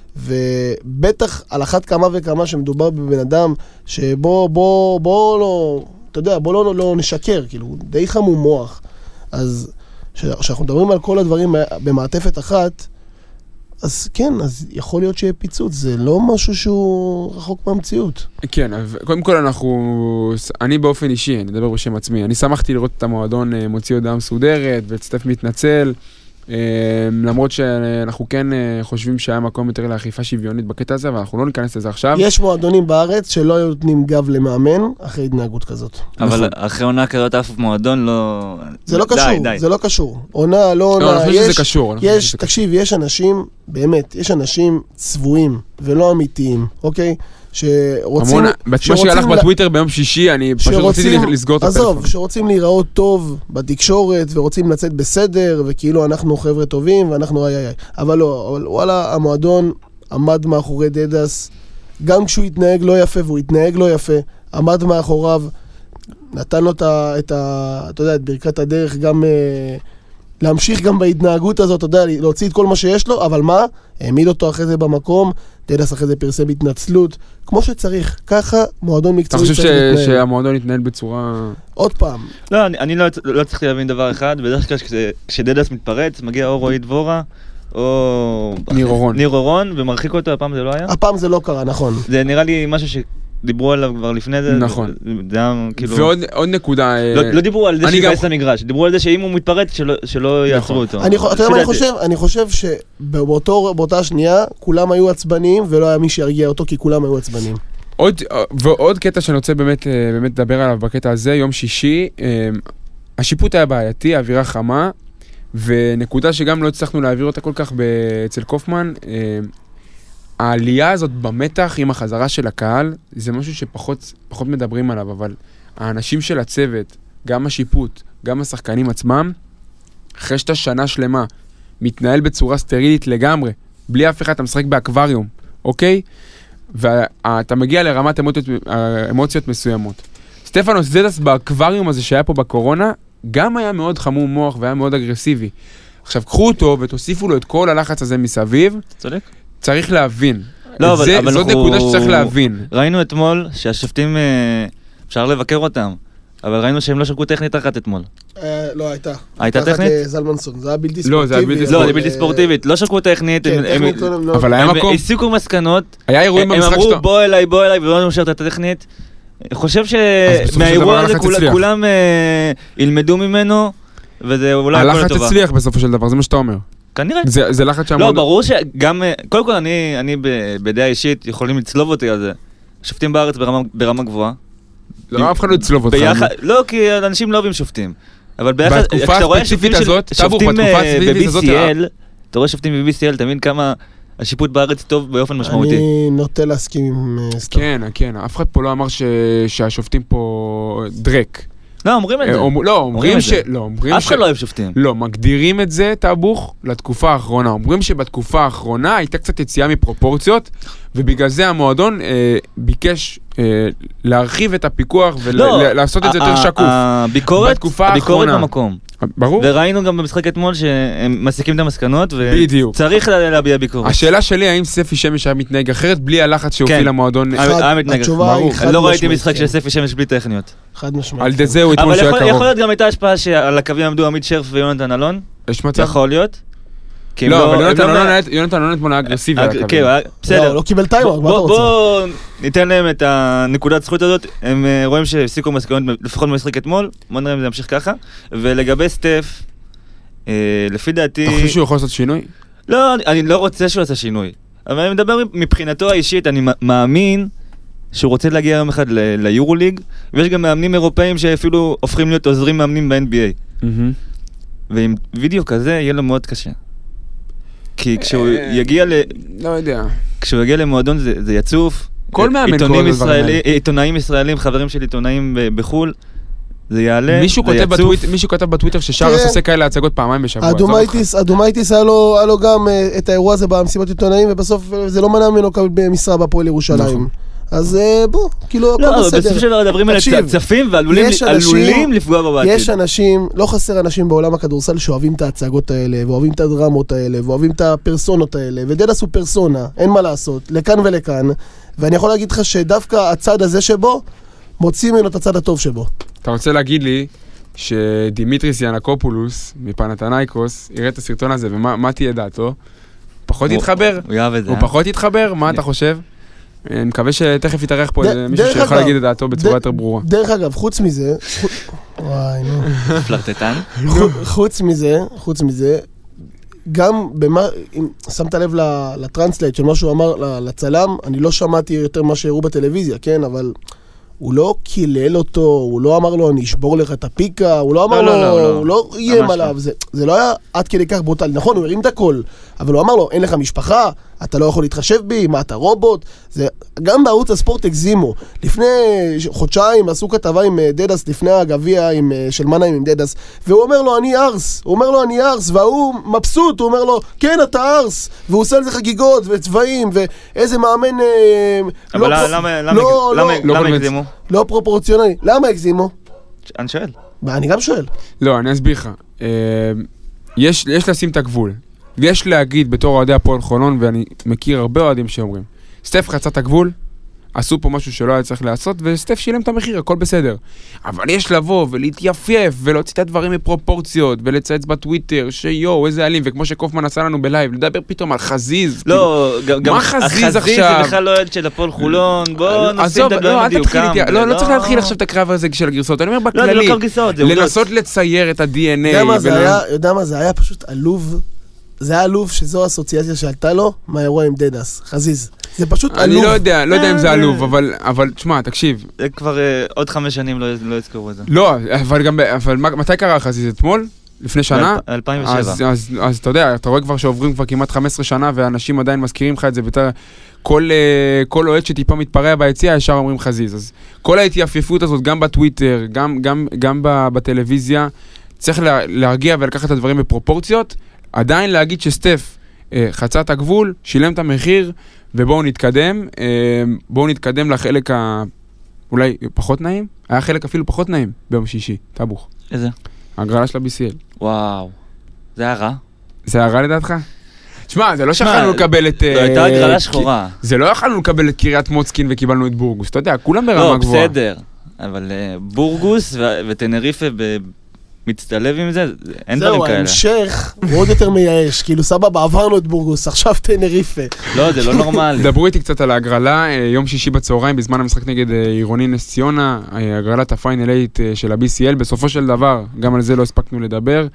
ובטח על אחת כמה וכמה שמדובר בבן אדם, שבוא, בוא, בוא לא, אתה יודע, בוא לא, לא נשקר, כאילו, די חמום מוח. אז כשאנחנו מדברים על כל הדברים במעטפת אחת, אז כן, אז יכול להיות שיהיה פיצוץ, זה לא משהו שהוא רחוק מהמציאות. כן, קודם כל אנחנו, אני באופן אישי, אני אדבר בשם עצמי, אני שמחתי לראות את המועדון מוציא הודעה מסודרת, וסטף מתנצל, למרות שאנחנו כן חושבים שהיה מקום יותר לאכיפה שוויונית בקטע הזה, אבל אנחנו לא ניכנס לזה עכשיו. יש מועדונים בארץ שלא היו נותנים גב למאמן אחרי התנהגות כזאת. אבל אחרי עונה כזאת אף מועדון לא... זה לא קשור, זה לא קשור. עונה, לא עונה. לא, אני חושב שזה קשור. תקשיב, יש אנשים, באמת, יש אנשים צבועים ולא אמיתיים, אוקיי? שרוצים... מה שהלך בטוויטר ביום שישי, אני פשוט רציתי לסגור את הטלפון. עזוב, שרוצים להיראות טוב בתקשורת, ורוצים לצאת בסדר, וכאילו אנחנו חבר'ה טובים, ואנחנו איי איי איי. אבל לא, אבל וואלה, המועדון עמד מאחורי דדס, גם כשהוא התנהג לא יפה, והוא התנהג לא יפה, עמד מאחוריו, נתן לו את ה... אתה יודע, את ברכת הדרך, גם... להמשיך גם בהתנהגות הזאת, אתה יודע, להוציא את כל מה שיש לו, אבל מה? העמיד אותו אחרי זה במקום, דדס אחרי זה פרסם התנצלות, כמו שצריך, ככה מועדון מקצועי צריך להתנהל. אתה חושב שהמועדון יתנהל בצורה... עוד פעם. לא, אני, אני לא, לא צריך להבין דבר אחד, בדרך כלל כשדדס מתפרץ, מגיע או רועי דבורה, או... ניר אורון. ניר אורון, ומרחיק אותו, הפעם זה לא היה? הפעם זה לא קרה, נכון. זה נראה לי משהו ש... דיברו עליו כבר לפני זה. נכון. זה היה כאילו... ועוד עוד נקודה... לא, לא דיברו על זה שיבאס למגרש, דיברו על זה שאם הוא מתפרץ, שלא, שלא יעצרו אותו. אני, אתה יודע מה אני חושב? אני חושב שבאותה שנייה, כולם היו עצבניים, ולא היה מי שירגיע אותו, כי כולם היו עצבניים. עוד, ועוד קטע שאני רוצה באמת, באמת לדבר עליו בקטע הזה, יום שישי, השיפוט היה בעייתי, האווירה חמה, ונקודה שגם לא הצלחנו להעביר אותה כל כך אצל קופמן, העלייה הזאת במתח עם החזרה של הקהל, זה משהו שפחות פחות מדברים עליו, אבל האנשים של הצוות, גם השיפוט, גם השחקנים עצמם, אחרי שאתה שנה שלמה, מתנהל בצורה סטרילית לגמרי, בלי אף אחד, אתה משחק באקווריום, אוקיי? ואתה מגיע לרמת אמוציות, אמוציות מסוימות. סטפנוס דדס באקווריום הזה שהיה פה בקורונה, גם היה מאוד חמום מוח והיה מאוד אגרסיבי. עכשיו, קחו אותו ותוסיפו לו את כל הלחץ הזה מסביב. צודק. צריך להבין. לא, אבל, זה, אבל זאת נקודה שצריך להבין. ראינו אתמול שהשופטים, אפשר לבקר אותם, אבל ראינו שהם לא שקו טכנית אחת אתמול. לא, הייתה. הייתה טכנית? זלמנסון, זה היה בלתי ספורטיבי. לא, זה היה בלתי ספורטיבי. לא, זה בלתי ספורטיבית, לא שקו טכנית. אבל היה מקום. הם הסיקו מסקנות, היה אירועים במשחק שאתה... הם אמרו בוא אליי, בוא אליי, ולא נמשרת את הטכנית. אני חושב שמהאירוע הזה כולם ילמדו ממנו, וזה אולי הכל לטובה. הלחץ הצליח בסופו של דבר, זה מה שאתה אומר. כנראה. זה, זה לחץ שהמון... לא, ברור שגם, קודם כל אני, אני בדעה אישית יכולים לצלוב אותי על זה. שופטים בארץ ברמה, ברמה גבוהה, לא, אף אחד לא יצלוב אותך. לא, כי אנשים לא אוהבים שופטים. אבל ביחד, בתקופה הספציפית הזאת, טאבוך, בתקופה הספציפית הזאת... אתה רואה שופטים ב-בי סי אל, תבין כמה השיפוט בארץ טוב באופן משמעותי. אני נוטה להסכים עם סטור. כן, כן, אף אחד פה לא אמר שהשופטים פה דרק. לא, אומרים את זה. לא, אומרים ש... אף אחד לא אוהב שופטים. לא, מגדירים את זה, טאבוך, לתקופה האחרונה. אומרים שבתקופה האחרונה הייתה קצת יציאה מפרופורציות, ובגלל זה המועדון ביקש להרחיב את הפיקוח ולעשות את זה יותר שקוף. הביקורת במקום. ברור. וראינו גם במשחק אתמול שהם מסיקים את המסקנות, וצריך להביע ביקורת. השאלה שלי, האם ספי שמש היה מתנהג אחרת בלי הלחץ שהוביל למועדון? היה מתנהג. לא ראיתי משחק של ספי שמש בלי טכניות. חד משמעית. על די זהו אתמול שהיה קרוב. אבל יכול להיות גם הייתה השפעה שעל הקווים עמדו עמית שרף ויונתן אלון. יש מצב? יכול להיות. לא, אבל יונתן אלון אתמול היה אגרסיבי על הקווים. בסדר. לא קיבל טיימר, מה אתה רוצה? בואו ניתן להם את הנקודת זכות הזאת. הם רואים שהפסיקו מסקנות לפחות במשחק אתמול. בואו נראה אם זה ימשיך ככה. ולגבי סטף, לפי דעתי... אתה חושב שהוא יכול לעשות שינוי? לא, אני לא רוצה שהוא יעשה שינוי. אבל אני מדבר מבחינתו האישית, אני מאמין שהוא רוצה להגיע יום אחד ליורוליג, ויש גם מאמנים אירופאים שאפילו הופכים להיות עוזרים מאמנים ב-אן בי איי. ועם וידאו כזה יהיה לו מאוד קשה. כי כשהוא יגיע ל... לא יודע. כשהוא יגיע למועדון זה יצוף. כל מאמן כל הדבר הזה. עיתונאים ישראלים, חברים של עיתונאים בחול, זה יעלה, זה יצוף. מישהו כתב בטוויטר ששרס עושה כאלה הצגות פעמיים בשבוע. אדומייטיס היה לו גם את האירוע הזה במסיבת עיתונאים, ובסוף זה לא מנע ממנו לקבל משרה בהפועל ירושלים. אז בוא, כאילו, הכל בסדר. בסוף של מדברים על צפים ועלולים לפגוע בבעתיד. יש אנשים, לא חסר אנשים בעולם הכדורסל שאוהבים את ההצגות האלה, ואוהבים את הדרמות האלה, ואוהבים את הפרסונות האלה, ודדס הוא פרסונה, אין מה לעשות, לכאן ולכאן, ואני יכול להגיד לך שדווקא הצד הזה שבו, מוציא ממנו את הצד הטוב שבו. אתה רוצה להגיד לי שדימיטריס ינקופולוס, מפנתנייקוס, יראה את הסרטון הזה, ומה תהיה דעתו? פחות יתחבר? הוא יאהב את זה. הוא פחות יתחבר? מה אתה חושב? אני מקווה שתכף יתארח פה מישהו שיכול להגיד את דעתו בצורה יותר ברורה. דרך אגב, חוץ מזה... וואי, נו. פלרטטן? חוץ מזה, חוץ מזה, גם במה... שמת לב לטרנסלייט של מה שהוא אמר לצלם, אני לא שמעתי יותר מה שהראו בטלוויזיה, כן? אבל הוא לא קילל אותו, הוא לא אמר לו, אני אשבור לך את הפיקה, הוא לא אמר לו, הוא לא איים עליו, זה לא היה עד כדי כך ברוטלי. נכון, הוא הרים את הכל, אבל הוא אמר לו, אין לך משפחה, אתה לא יכול להתחשב בי, מה אתה רובוט? זה, גם בערוץ הספורט הגזימו. לפני חודשיים עשו כתבה עם דדס, לפני הגביע של מנהיים עם דדס, והוא אומר לו, אני ארס, הוא אומר לו, אני ארס, והוא מבסוט, הוא אומר לו, כן, אתה ארס, והוא עושה על זה חגיגות וצבעים, ואיזה מאמן... אבל למה הגזימו? לא פרופורציונלי. למה הגזימו? אני שואל. אני גם שואל. לא, אני אסביר לך. יש לשים את הגבול. ויש להגיד בתור אוהדי הפועל חולון, ואני מכיר הרבה אוהדים שאומרים, סטף חצה את הגבול, עשו פה משהו שלא היה צריך לעשות, וסטף שילם את המחיר, הכל בסדר. אבל יש לבוא ולהתייפייף, ולהוציא את הדברים מפרופורציות, ולצייץ בטוויטר, שיו, איזה אלים, וכמו שקופמן עשה לנו בלייב, לדבר פתאום על חזיז. לא, גם החזיז זה בכלל לא אוהד של הפועל חולון, בוא נשים את הדברים בדיוקם. לא, לא צריך להתחיל עכשיו את הקרב הזה של הגרסאות, אני אומר בכללי, לנסות לצייר את ה-די אן איי. יודע מה, זה היה פשוט עלוב. זה היה עלוב שזו האסוציאציה שעלתה לו מהאירוע עם דדס, חזיז. זה פשוט עלוב. אני לא יודע, לא יודע אם זה עלוב, אבל תשמע, תקשיב. זה כבר עוד חמש שנים לא יזכרו את זה. לא, אבל גם, אבל מתי קרה חזיז? אתמול? לפני שנה? אלפיים ושבע. אז אתה יודע, אתה רואה כבר שעוברים כבר כמעט חמש עשרה שנה, ואנשים עדיין מזכירים לך את זה, כל אוהד שטיפה מתפרע ביציאה, ישר אומרים חזיז. אז כל ההתייפייפות הזאת, גם בטוויטר, גם בטלוויזיה, צריך להרגיע ולקחת את הדברים בפרופורציות, עדיין להגיד שסטף אה, חצה את הגבול, שילם את המחיר, ובואו נתקדם, אה, בואו נתקדם לחלק ה... אולי פחות נעים? היה חלק אפילו פחות נעים ביום שישי, טאבוך. איזה? הגרלה של ה-בי סי אל. וואו, זה היה רע? זה היה רע לדעתך? תשמע, זה לא שיכולנו לקבל את... לא, הייתה הגרלה שחורה. זה לא יכולנו לקבל את קריית מוצקין וקיבלנו את בורגוס, אתה יודע, כולם ברמה גבוהה. לא, בסדר, אבל בורגוס וטנריפה ב... מצטלב עם זה, אין דברים כאלה. זהו, ההמשך הוא עוד יותר מייאש, כאילו סבבה, עברנו את בורגוס, עכשיו טנריפה. לא, זה לא נורמלי. דברו איתי קצת על ההגרלה, יום שישי בצהריים, בזמן המשחק נגד עירוני נס ציונה, הגרלת הפיינל אייט של ה-בי סי אל, בסופו של דבר, גם על זה לא הספקנו לדבר.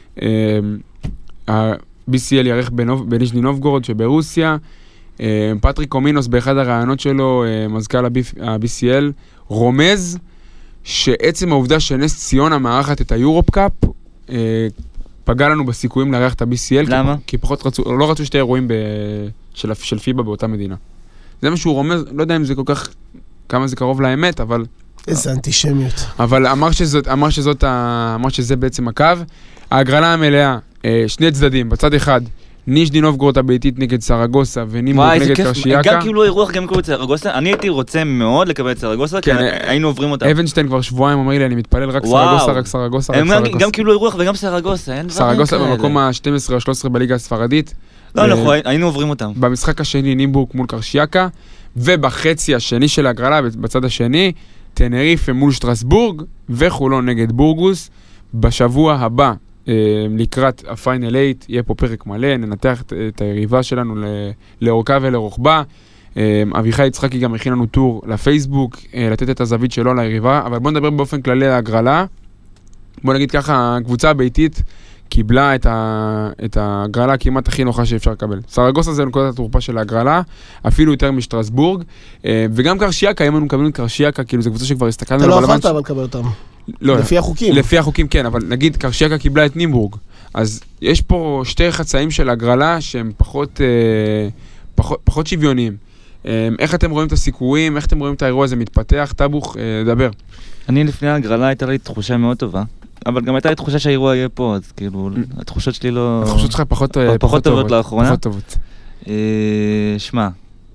ה-בי סי אל יערך בניז'ני נובגורוד שברוסיה, פטריק קומינוס באחד הרעיונות שלו, מזכ"ל ה-בי סי אל, רומז, שעצם העובדה שנס ציונה מארחת את היורופ קאפ, אה, פגע לנו בסיכויים לארח את ה-בי סי אל. למה? כי, כי פחות רצו, לא רצו שתי אירועים ב, של, של פיבה באותה מדינה. זה מה שהוא רומז, לא יודע אם זה כל כך, כמה זה קרוב לאמת, אבל... איזה אנטישמיות. אבל אמר שזאת, אמר שזאת, אמר שזה בעצם הקו. ההגרלה המלאה, שני צדדים, בצד אחד, ניז'ני נובגורוד הביתית נגד סרגוסה ונימבורג נגד קרשיאקה. גם קיבלו אירוח, גם קיבלו את סרגוסה. אני הייתי רוצה מאוד לקבל את סרגוסה, כי היינו עוברים אותה. אבנשטיין כבר שבועיים אומר לי, אני מתפלל רק סרגוסה, רק סרגוסה, רק סרגוסה. גם קיבלו אירוח וגם סרגוסה, אין דברים כאלה. סרגוסה במקום ה-שתים עשרה או שלוש עשרה בליגה הספרדית. לא, אנחנו היינו עוברים אותם. במשחק השני, נימבורג מול קרשיאקה, ובחצי השני של ההגרלה, בצד השני, טנריפה מול שטרסבורג, וחולון נגד בורגוס. בשבוע הבא, לקראת הפיינל אייט, יהיה פה פרק מלא, ננתח את היריבה שלנו לאורכה ולרוחבה. אביחי יצחקי גם הכין לנו טור לפייסבוק, לתת את הזווית שלו על היריבה, אבל בואו נדבר באופן כללי על ההגרלה. בואו נגיד ככה, הקבוצה הביתית קיבלה את, ה... את ההגרלה כמעט הכי נוחה שאפשר לקבל. סרגוסה זה נקודת התורפה של ההגרלה, אפילו יותר משטרסבורג, וגם קרשיאקה, אם אנו מקבלים את קרשיאקה, כאילו זו קבוצה שכבר הסתכלנו... אתה לא יכולת אבל לקבל אותם. לא, לפי החוקים. לפי החוקים, כן, אבל נגיד קרשיאקה קיבלה את נימבורג, אז יש פה שתי חצאים של הגרלה שהם פחות, אה, פחות, פחות שוויוניים. אה, איך אתם רואים את הסיכויים, איך אתם רואים את האירוע הזה מתפתח? טבוך, אה, דבר. אני לפני ההגרלה הייתה לי תחושה מאוד טובה, אבל גם הייתה לי תחושה שהאירוע יהיה פה, אז כאילו, התחושות שלי לא... התחושות שלך פחות, פחות, פחות טובות לאחרונה. פחות טובות. אה, שמה,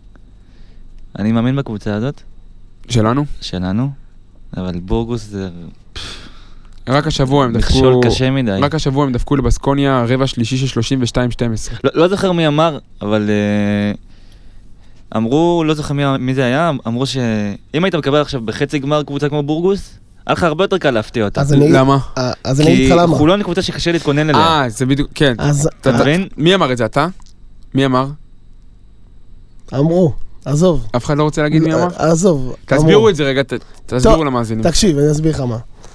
אני מאמין בקבוצה הזאת. שלנו? שלנו, אבל בורגוס זה... רק השבוע הם דפקו... מכשול קשה מדי. רק השבוע הם דפקו לבסקוניה רבע שלישי של שלושים ושתיים שתים עשרה. לא, לא זוכר מי אמר, אבל uh, אמרו, לא זוכר מי, מי זה היה, אמרו שאם היית מקבל עכשיו בחצי גמר קבוצה כמו בורגוס, היה לך הרבה יותר קל להפתיע אותה. אז אני... למה? אז אני אגיד לך למה. כי חולון היא קבוצה שקשה להתכונן אליה. אה, זה בדיוק, כן. אז... אתה מבין? מי אמר את זה, אתה? מי אמר? אמרו. עזוב. אף אחד לא רוצה להגיד מי אמר? עזוב. תסבירו את זה רגע, תסבירו למאזינים. תקשיב, אני אסביר לך מה.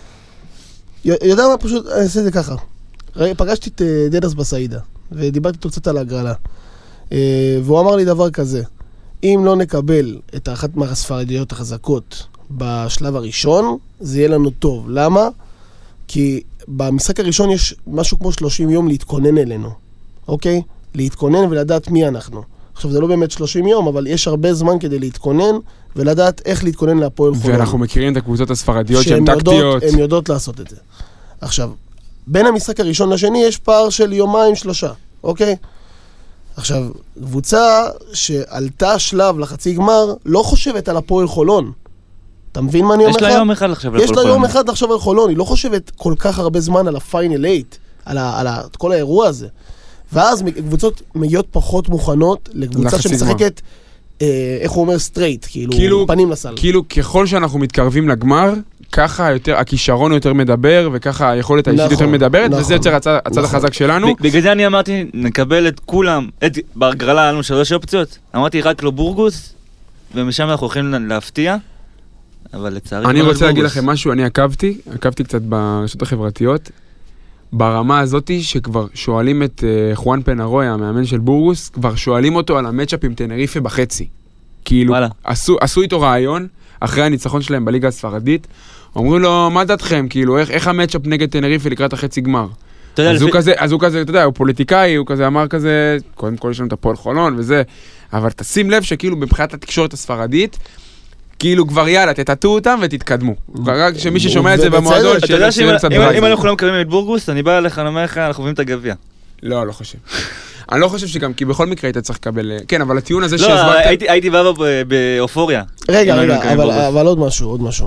יודע מה פשוט, אני אעשה את זה ככה. פגשתי את דדס בסעידה, ודיברתי איתו קצת על ההגרלה. והוא אמר לי דבר כזה, אם לא נקבל את אחת מהספרדיות החזקות בשלב הראשון, זה יהיה לנו טוב. למה? כי במשחק הראשון יש משהו כמו שלושים יום להתכונן אלינו. אוקיי? להתכונן ולדעת מי אנחנו. עכשיו, זה לא באמת שלושים יום, אבל יש הרבה זמן כדי להתכונן, ולדעת איך להתכונן להפועל חולון. ואנחנו מכירים את הקבוצות הספרדיות שהן טקטיות. הן יודעות לעשות את זה. עכשיו, בין המשחק הראשון לשני יש פער של יומיים שלושה, אוקיי? עכשיו, קבוצה שעלתה שלב לחצי גמר, לא חושבת על הפועל חולון. אתה מבין מה אני אומר לך? יש לה יום אחד לחשוב על הפועל חולון. יש לה יום אחד לחשוב על חולון, היא לא חושבת כל כך הרבה זמן על הפיינל אייט, על, ה, על ה, כל האירוע הזה. ואז קבוצות מגיעות פחות מוכנות לקבוצה שמשחקת, אה, איך הוא אומר, סטרייט, כאילו, כאילו פנים לסל. כאילו ככל שאנחנו מתקרבים לגמר, ככה יותר, הכישרון יותר מדבר, וככה היכולת האישית יותר מדברת, וזה יותר הצד, הצד החזק שלנו. בגלל זה אני אמרתי, נקבל את כולם, את, בהגרלה היה לנו שלוש אופציות, אמרתי רק לא בורגוס, ומשם אנחנו הולכים להפתיע, אבל לצערי... אני רוצה להגיד לכם משהו, אני עקבתי, עקבתי קצת ברשתות החברתיות, ברמה הזאת שכבר שואלים את uh, חואן פנרוי, המאמן של בורגוס, כבר שואלים אותו על המאצ'אפ עם טנריפה בחצי. כאילו, עשו, עשו איתו רעיון, אחרי הניצחון שלהם בליגה הספרדית, אומרים לו, מה דעתכם? כאילו, איך, איך המאצ'אפ נגד טנריפה לקראת החצי גמר? אז, לפי... הוא כזה, אז הוא כזה, אתה יודע, הוא פוליטיקאי, הוא כזה אמר כזה, קודם כל יש לנו את הפועל חולון וזה, אבל תשים לב שכאילו מבחינת התקשורת הספרדית, כאילו כבר יאללה, תטטו אותם ותתקדמו. רק שמי ששומע את זה במועדון, שאלה קצת ברייז. אם אנחנו לא מקבלים את בורגוס, אני בא אליך, אני אומר לך, אנחנו מביאים את הגביע. לא, לא חושב. אני לא חושב שגם, כי בכל מקרה היית צריך לקבל... כן, אבל הטיעון הזה שהסברת... לא, הייתי בא באופוריה. רגע, רגע, אבל עוד משהו, עוד משהו.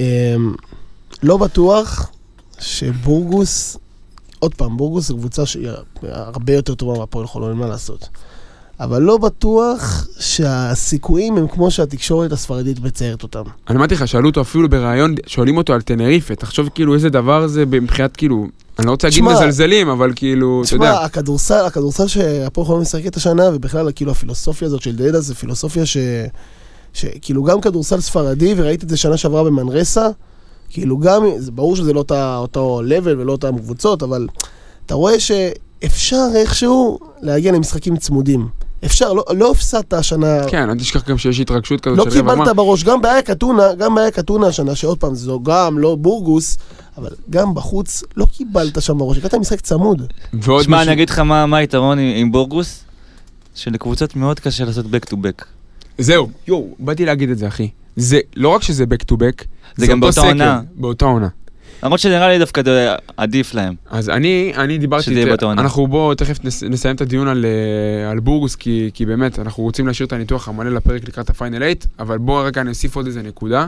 לא בטוח שבורגוס... עוד פעם, בורגוס זו קבוצה שהיא הרבה יותר טובה מהפועל חולון, מה לעשות. אבל לא בטוח שהסיכויים הם כמו שהתקשורת הספרדית מציירת אותם. אני אמרתי לך, שאלו אותו אפילו ברעיון, שואלים אותו על טנריפה, תחשוב כאילו איזה דבר זה מבחינת כאילו, אני לא רוצה להגיד מזלזלים, אבל כאילו, אתה יודע. תשמע, הכדורסל, הכדורסל שהפועל חולון משחקת השנה, ובכלל כאילו הפילוסופיה הזאת של דדה, זה פילוסופיה ש... שכאילו גם כדורסל ספרדי, וראיתי את זה שנה שעברה במנרסה, כאילו גם, זה ברור שזה לא אותה, אותו level ולא אותם קבוצות, אבל אתה רואה שאפשר איכשהו להגיע למשחקים צמודים. אפשר, לא, לא הפסדת השנה. כן, אל תשכח גם שיש התרגשות כזאת. לא קיבלת בראש, גם בעיה קטונה, גם בעיה קטונה השנה, שעוד פעם, זו גם לא בורגוס, אבל גם בחוץ לא קיבלת שם בראש, הגעת משחק צמוד. שמע, אני אגיד לך מה היתרון עם בורגוס, שלקבוצות מאוד קשה לעשות back to back. זהו, יו, באתי להגיד את זה, אחי. זה לא רק שזה back to back, זה גם באותה עונה. באותה עונה. למרות שנראה לי דווקא עדיף להם. אז אני, אני דיברתי, אנחנו בואו תכף נסיים את הדיון על, על בורגוס, כי, כי באמת אנחנו רוצים להשאיר את הניתוח המלא לפרק לקראת הפיינל אייט, אבל בואו רגע נוסיף עוד איזה נקודה,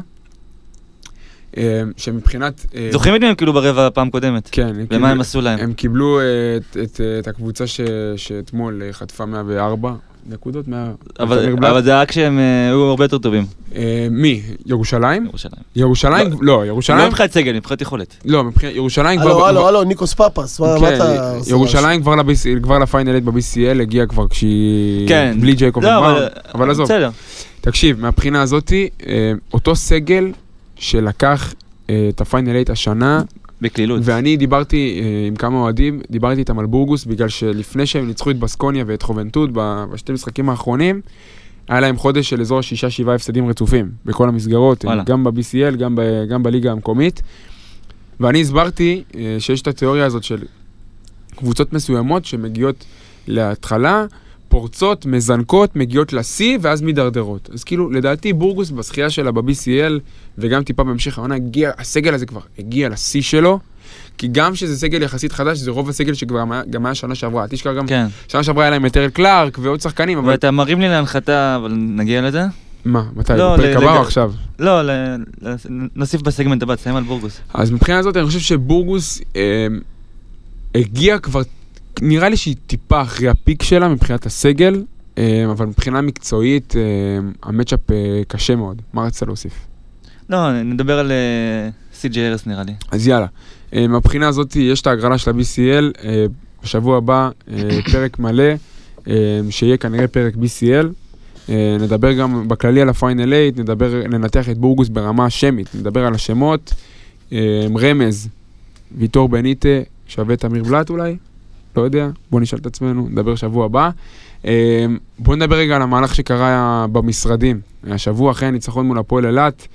שמבחינת... זוכרים את מי הם כאילו ברבע הפעם קודמת? כן. ומה הם עשו להם? הם קיבלו את, את, את הקבוצה ש, שאתמול חטפה מאה וארבע נקודות, אבל זה היה כשהם היו הרבה יותר טובים. מי? ירושלים? ירושלים. ירושלים? לא, ירושלים... לא מבחינת סגל, מבחינת יכולת. לא, מבחינת ירושלים כבר... הלו, הלו, הלו, ניקוס פאפס, מה אתה... ירושלים כבר לפיינל אייט ב-בי סי אל הגיעה כבר כשהיא... כן. בלי ג'ייקוב ובראון, אבל עזוב. בסדר. תקשיב, מהבחינה הזאת, אותו סגל שלקח את הפיינל אייט השנה... בקלילות. ואני דיברתי עם כמה אוהדים, דיברתי איתם על בורגוס, בגלל שלפני שהם ניצחו את בסקוניה ואת חובנטות בשתי משחקים האחרונים, היה להם חודש של אזור שישה שבעה הפסדים רצופים, בכל המסגרות, גם ב-בי סי אל, גם, ב- גם בליגה המקומית. ואני הסברתי שיש את התיאוריה הזאת של קבוצות מסוימות שמגיעות להתחלה, פורצות, מזנקות, מגיעות ל-C ואז מדרדרות. אז כאילו, לדעתי בורגוס בשחייה שלה ב-בי סי אל, וגם טיפה בהמשך העונה, הסגל הזה כבר הגיע ל-C שלו, כי גם שזה סגל יחסית חדש, זה רוב הסגל שכבר גם היה שנה שעברה. תשכח גם, כן. שנה שעברה היה להם יותר קלארק ועוד שחקנים, אבל... ואתה מרים לי להנחתה, אבל נגיע לזה? מה? מתי? לא, בפרק הבא או עכשיו? לא, נוסיף בסגמנט הבא, תסיים על בורגוס. אז מבחינה הזאת, אני חושב שבורגוס אה, הגיע כבר, נראה לי שהיא טיפה אחרי הפיק שלה מבחינת הסגל, אה, אבל מבחינה מקצועית, אה, המצ'אפ אה, קשה מאוד. מה רצית להוסיף? לא, נדבר על סי ג'יי ארס נראה לי. אז יאללה. מהבחינה הזאת יש את ההגרלה של ה-בי סי אל, בשבוע הבא פרק מלא, שיהיה כנראה פרק בי סי אל. נדבר גם בכללי על הפיינל אייט, נדבר, ננתח את בורגוס ברמה השמית, נדבר על השמות, רמז, ויטור בניטה, שווה תמיר בלט אולי, לא יודע, בוא נשאל את עצמנו, נדבר שבוע הבא. בוא נדבר רגע על המהלך שקרה במשרדים. השבוע אחרי הניצחון מול הפועל אילת,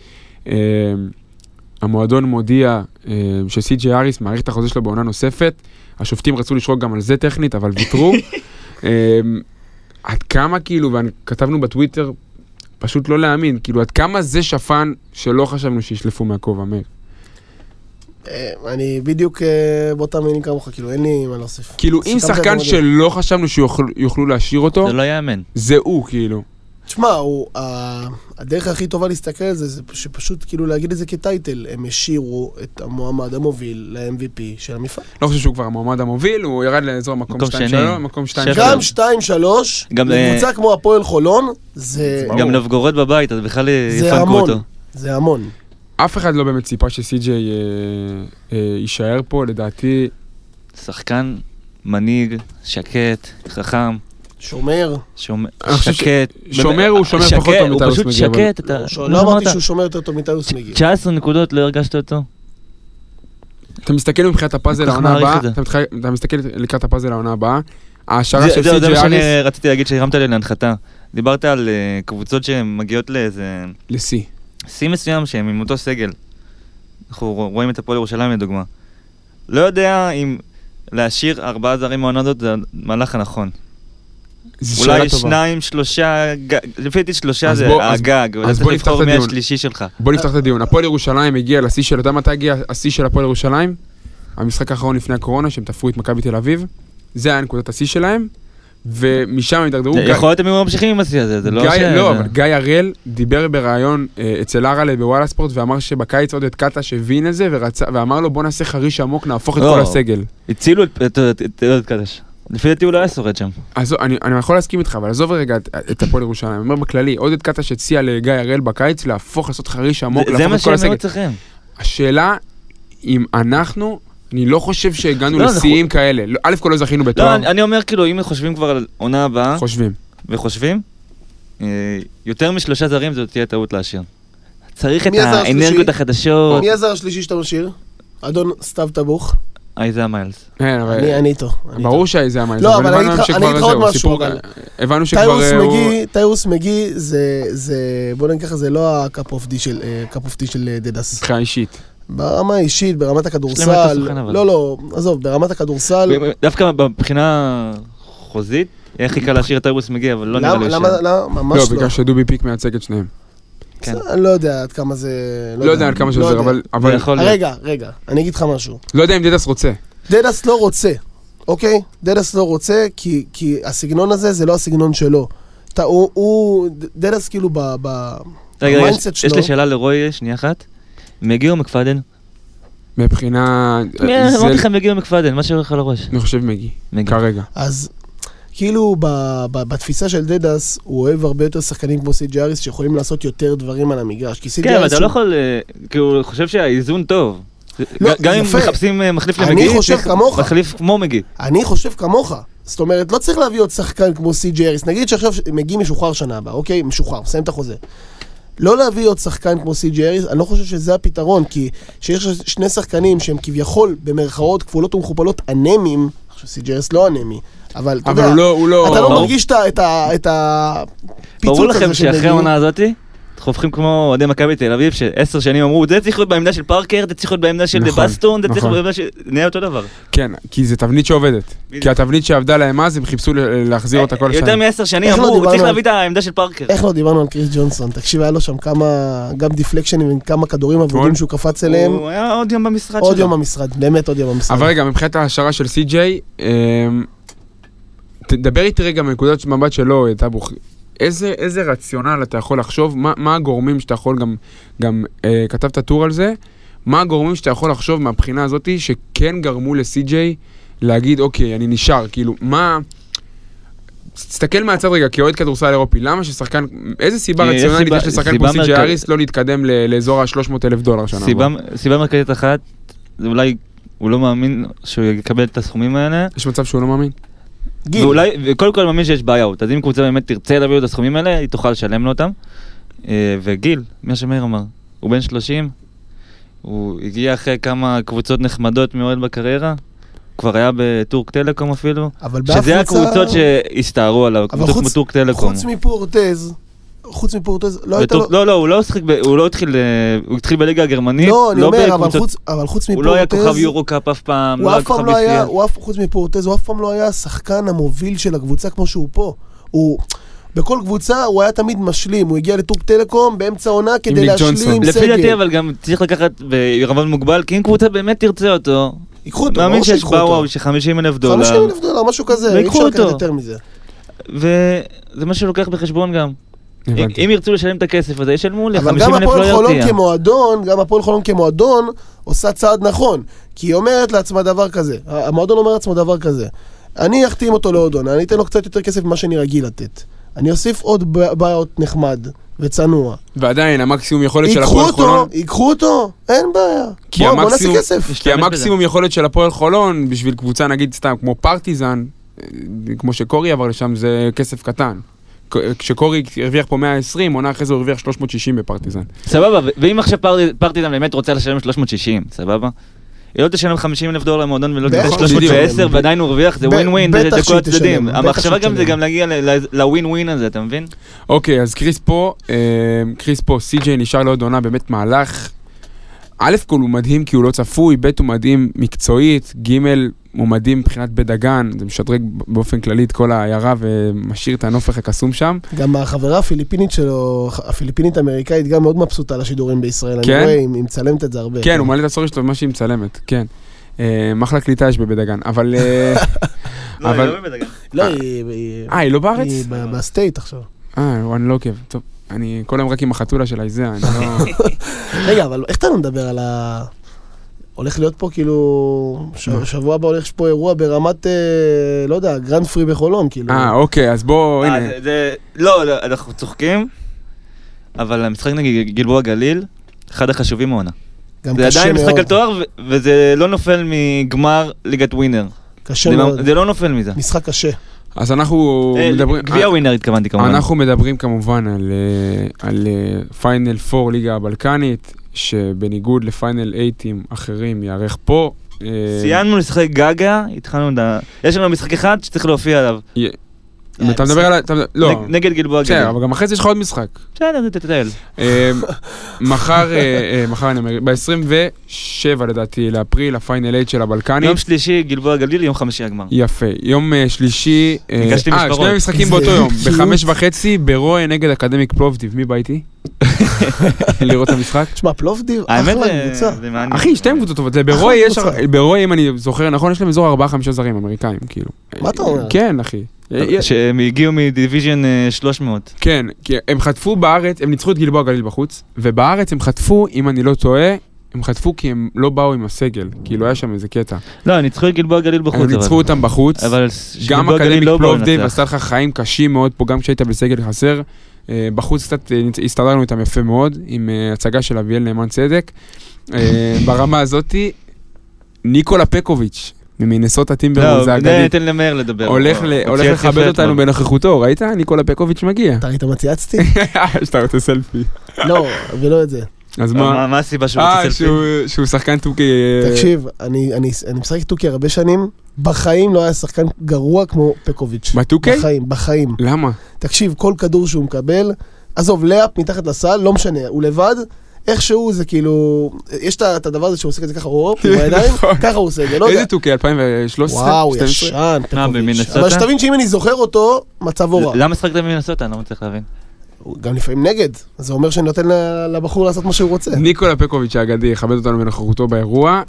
המועדון מודיע שסי ג'יי אריס מעריך את החוזה שלו בעונה נוספת. השופטים רצו לשרוק גם על זה טכנית, אבל ויתרו. עד כמה כאילו, וכתבנו בטוויטר, פשוט לא להאמין, כאילו עד כמה זה שפן שלא חשבנו שישלפו מהכובע, מאיר. אני בדיוק באותם מינים כמוך, כאילו אין לי מה להוסיף. כאילו אם שחקן שלא חשבנו שיוכלו להשאיר אותו, זה לא יאמן. זה הוא כאילו. תשמע, הדרך הכי טובה להסתכל על זה, זה שפשוט כאילו להגיד את זה כטייטל, הם השאירו את המועמד המוביל ל-אם וי פי של המפעל. לא חושב שהוא כבר המועמד המוביל, הוא ירד לאזור מקום שתיים שלוש, מקום שתיים שלוש. גם שתיים שלוש, לקבוצה כמו הפועל חולון, זה... גם נבגורד בבית, אז בכלל יפנקו אותו. זה המון. אף אחד לא באמת ציפה שסי ג'יי יישאר פה, לדעתי. שחקן, מנהיג, שקט, חכם. שומר. שקט. שומר הוא שומר פחות טוב מטיוס מגיע. הוא פשוט שקט. לא אמרתי שהוא שומר יותר טוב מטיוס מגיע. תשע עשרה נקודות, לא הרגשת אותו? אתה מסתכל מבחינת הפאזל העונה הבאה, אתה מסתכל לקראת הפאזל העונה הבאה, ההשערה של סי ג'יי אריס... זה מה שאני רציתי להגיד שהרמת לי להנחתה. דיברת על קבוצות שהן מגיעות לאיזה... לסי. סי מסוים שהם עם אותו סגל. אנחנו רואים את הפועל ירושלים לדוגמה. לא יודע אם להשאיר ארבעה זרים מהעונה הזאת זה המהלך הנכון. אולי שניים, שלושה, לפי דעתי שלושה זה הגג, אז בוא נפתח את הדיון. השלישי שלך. בוא נפתח את הדיון. הפועל ירושלים הגיע לשיא של, אתה יודע מתי הגיע השיא של הפועל ירושלים? המשחק האחרון לפני הקורונה, שהם תפרו את מכבי תל אביב. זה היה נקודת השיא שלהם, ומשם הם התדרדרו. יכול להיות הם ממשיכים עם השיא הזה, זה לא ש... לא, אבל גיא הראל דיבר בראיון אצל אראלה בוואלה ספורט, ואמר שבקיץ עוד את קאטה שהבין את זה, ואמר לו בוא נעשה חריש עמוק, נהפוך את כל הסגל. הצילו את עוד קאטש. לפי דעתי הוא לא היה שורד שם. אז אני, אני יכול להסכים איתך, אבל עזוב רגע את, את הפועל ירושלים. אני אומר בכללי, עוד את קאטה שהציע לגיא הראל בקיץ, להפוך, לעשות חריש עמוק, זה, להפוך זה את כל הסגל. זה מה שהם מאוד צריכים. השאלה, אם אנחנו, אני לא חושב שהגענו לא, לשיאים אנחנו... כאלה. לא, א' כל לא זכינו בתואר. לא, אני, אני אומר כאילו, אם חושבים כבר על עונה הבאה, חושבים. וחושבים, אה, יותר משלושה זרים זאת תהיה טעות להשאיר. צריך את האנרגיות החדשות. מי הזר השלישי שאתה משאיר? אדון סתיו טבוך. איזה מיילס. אני איתו. ברור שאיזה מיילס. לא, אבל אני אתך עוד משהו. הבנו שכבר... טיירוס מגי, זה, בוא נגיד ככה, זה לא הקאפ אוף די של דדס. מבחינה אישית. ברמה האישית, ברמת הכדורסל. לא, לא, עזוב, ברמת הכדורסל. דווקא מבחינה חוזית, איך היא קל להשאיר את טיירוס מגי, אבל לא נראה לי למה, למה, ממש לא. לא, בגלל שדובי פיק מייצג את שניהם. אני לא יודע עד כמה זה... לא יודע עד כמה שזה, אבל... רגע, רגע, אני אגיד לך משהו. לא יודע אם דדס רוצה. דדס לא רוצה, אוקיי? דדס לא רוצה, כי הסגנון הזה זה לא הסגנון שלו. הוא... דדס כאילו במיינדסט שלו... יש לי שאלה לרוי, שנייה אחת. מגי או מקפדן? מבחינה... אמרתי לך מגי או מקפדן, מה שהולך על הראש? אני חושב מגי, כרגע. אז... כאילו בתפיסה של דדס, הוא אוהב הרבה יותר שחקנים כמו סי ג'י אריס, שיכולים לעשות יותר דברים על המגרש. כן, אבל אתה לא יכול, כי הוא חושב שהאיזון טוב. גם אם מחפשים מחליף למגי, מחליף כמו מגי. אני חושב כמוך. זאת אומרת, לא צריך להביא עוד שחקן כמו סי ג'י אריס. נגיד שעכשיו מגי משוחרר שנה הבאה, אוקיי? משוחרר, מסיים את החוזה. לא להביא עוד שחקן כמו סי ג'י אריס, אני לא חושב שזה הפתרון, כי שיש שני שחקנים שהם כביכול במרכאות כפולות ומכופלות אנמים, עכשיו סי ג'י אריס לא אנמי, אבל אתה יודע, אתה לא מרגיש את הפיצוץ ברור לכם שאחרי העונה הזאת, אנחנו הופכים כמו אוהדי מכבי תל אביב, שעשר שנים אמרו, זה צריך להיות בעמדה של פארקר, זה צריך להיות בעמדה של בסטון, זה צריך להיות בעמדה של... נהיה אותו דבר. כן, כי זה תבנית שעובדת. כי התבנית שעבדה להם אז, הם חיפשו להחזיר אותה כל השנים. יותר מעשר שנים אמרו, הוא צריך להביא את העמדה של פארקר. איך לא דיברנו על קריס ג'ונסון? תקשיב, היה לו שם כמה, גם דיפלקשנים וכמה כדורים עבודים שהוא קפץ אליהם. הוא היה עוד יום במשרד שלו. עוד יום במשרד, באמת עוד יום במשרד. אבל רגע, מבחינת ההשערה של סי ג'יי, תדבר איתי רגע מנקודת מבט שלו, איזה, איזה רציונל אתה יכול לחשוב, מה, מה הגורמים שאתה יכול גם, גם אה, כתבת טור על זה, מה הגורמים שאתה יכול לחשוב מהבחינה הזאת שכן גרמו לסי ג'יי להגיד, אוקיי, אני נשאר, כאילו, מה... תסתכל מהצד רגע, כאוהד כדורסל אירופי, למה ששחקן, איזה סיבה רציונלית יש לשחקן כמו סי ג'יי אריס לא להתקדם לאזור ה-שלוש מאות אלף דולר שנה? סיבה, סיבה מרכזית אחת, זה אולי הוא לא מאמין שהוא יקבל את הסכומים האלה. יש מצב שהוא לא מאמין? גיל. ואולי, וקודם כל מאמין שיש ביי-אוט, אז אם קבוצה באמת תרצה להביא את הסכומים האלה, היא תוכל לשלם לו אותם. וגיל, מה שמאיר אמר, הוא בן שלושים, הוא הגיע אחרי כמה קבוצות נחמדות מאוד בקריירה, כבר היה בטורק טלקום אפילו, שזה הקבוצות שהסתערו עליו, קבוצות כמו טורק טלקום. חוץ מפורטז, חוץ מפורטז, לא הייתה לו... לא, לא, הוא לא שחק, הוא לא התחיל, הוא התחיל בליגה הגרמנית, לא, אני אומר, אבל חוץ מפורטז... הוא לא היה כוכב יורו-קאפ אף פעם, הוא אף פעם לא היה, חוץ מפורטז, הוא אף פעם לא היה השחקן המוביל של הקבוצה כמו שהוא פה. הוא... בכל קבוצה הוא היה תמיד משלים, הוא הגיע לטורק טלקום באמצע עונה כדי להשלים סגל. לפי דעתי אבל גם צריך לקחת בערבון מוגבל, כי אם קבוצה באמת תרצה אותו, ייקחו אותו, מאמין שיש באו ש-חמישים אלף דולר. חמישים אלף דולר, משהו כזה, אי אפשר לקחת יותר מזה. וזה מה שלוקח בחשבון גם. אם ירצו לשלם את הכסף הזה, ישלמו לי, אבל גם הפועל חולון כמועדון, גם הפועל חולון כמועדון עושה צעד נכון, כי היא אומרת לעצמה דבר כזה, המועדון אומר לעצמה דבר כזה, אני אחתים אותו לעודון, אני אתן לו קצת יותר כסף ממה שאני רגיל לתת. אני אוסיף עוד בעיות נחמד וצנוע. ועדיין, המקסימום יכולת של הפועל חולון... ייקחו אותו, אין בעיה. בוא נעשה כסף. כי המקסימום יכולת של הפועל חולון, בשביל קבוצה נגיד סתם כמו פרטיזן, כמו שקורי עבר לשם, זה כסף קטן. כשקורי הרוויח פה מאה ועשרים, עונה אחרי זה הוא הרוויח שלוש מאות ושישים בפרטיזן. סבבה, ואם עכשיו פרטיזן באמת רוצה לשלם שלוש מאות ושישים, סבבה? היא לא תשלם חמישים אלף דולר למועדון ולא תשלם שלוש מאות ועשר, ועדיין הוא הרוויח, זה ווין ווין, זה כל הצדדים. המחשבה גם זה גם להגיע לווין ווין הזה, אתה מבין? אוקיי, אז קריס פה, קריס פה, סי ג'יי נשאר לעוד עונה, באמת מהלך. א' כל הוא מדהים כי הוא לא צפוי, ב' הוא מדהים מקצועית, ג' הוא מדהים מבחינת בדגן, זה משדרג באופן כללי את כל העיירה ומשאיר את הנופך הקסום שם. גם החברה הפיליפינית שלו, הפיליפינית האמריקאית, גם מאוד מבסוטה לשידורים בישראל. כן? אני רואה, היא מצלמת את זה הרבה. כן, הוא מעלה את הסורי שלו במה שהיא מצלמת, כן. מחלה קליטה יש בבדגן, אבל... לא, היא לא בבדגן. לא, היא... אה, היא לא בארץ? היא בסטייט עכשיו. אה, אני לא עוקב, טוב. אני כל היום רק עם החתולה של איזה, אני לא... רגע, אבל איך אתה לא מדבר על ה... הולך להיות פה כאילו... שבוע הבא הולך פה אירוע ברמת, לא יודע, גרנד פרי בחולון, כאילו. אה, אוקיי, אז בוא, הנה. לא, אנחנו צוחקים, אבל המשחק נגיד גלבוע גליל, אחד החשובים מעונה. זה עדיין משחק על תואר, וזה לא נופל מגמר ליגת ווינר. קשה מאוד. זה לא נופל מזה. משחק קשה. אז אנחנו מדברים... גביע ווינר התכוונתי כמובן. אנחנו מדברים כמובן על פיינל פור ליגה הבלקנית, שבניגוד לפיינל אייטים אחרים יערך פה, סיימנו לשחק גגה, התחלנו, יש לנו משחק אחד שצריך להופיע עליו. אתה מדבר על... לא. נגד גלבוע גליל. בסדר, אבל גם אחרי זה יש לך עוד משחק. בסדר, תתתל. מחר, מחר אני אומר, ב-עשרים ושבעה לדעתי, לאפריל, הפיינל אייט של הבלקנית. יום שלישי גלבוע גליל, יום חמישי הגמר. יפה. יום שלישי... אה, שני המשחקים באותו יום. בחמש וחצי, ברוי נגד אקדמיק פלובדיב. מי בא איתי? לראות את המשחק? תשמע, פלובדיב, אחלה קבוצה. אחי, שתי קבוצות טובות. ברוי, אם אני זוכר נכון, יש להם אזור ארבעה חמישה זרים אמריקאים, כאילו. מה אתה אומר? כן, אחי. שהם הגיעו מדיוויז'ן שלוש מאות. כן, כי הם חטפו בארץ, הם ניצחו את גלבוע גליל בחוץ, ובארץ הם חטפו, אם אני לא טועה, הם חטפו כי הם לא באו עם הסגל, כי לא היה שם איזה קטע. לא, הם ניצחו את גלבוע גליל בחוץ. הם ניצחו אותם בחוץ, גם אקדמיק פלובדיב עשה לך חיים קשים מאוד פה, גם כשהיית בסגל חסר. בחוץ קצת הסתדרנו איתם יפה מאוד, עם הצגה של אביאל נאמן צדק. ברמה הזאת, ניקולה פקוביץ', ממינסוטה טימברולס האגדית. לא, ניתן למהר לדבר. הולך לכבד אותנו בנוכחותו, ראית? ניקולה פקוביץ' מגיע. אתה ראית מה צייצתי? שאתה רוצה סלפי. לא, ולא את זה. אז מה? מה הסיבה שהוא רוצה סלפי? אה, שהוא שחקן טוקי... תקשיב, אני משחק טוקי הרבה שנים, בחיים לא היה שחקן גרוע כמו פקוביץ'. בטוקי? בחיים, בחיים. למה? תקשיב, כל כדור שהוא מקבל, עזוב, לאפ מתחת לסל, לא משנה, הוא לבד, איכשהו זה כאילו, יש את הדבר הזה שהוא עושה את זה ככה, או, עם הידיים, ככה הוא עושה את זה, לא יודע. איזה טוקי, אלפיים ושלוש עשרה? וואו, ישן, פקוביץ'. אבל שתבין שאם אני זוכר אותו, מצב הורע. למה שחקת במינסוטה? אני לא מצליח להבין. גם לפעמים נגד, זה אומר שאני נותן לבחור לעשות מה שהוא רוצה. ניקולה פקוביץ' האגדי יכבד אותנו בנוכחותו באירוע.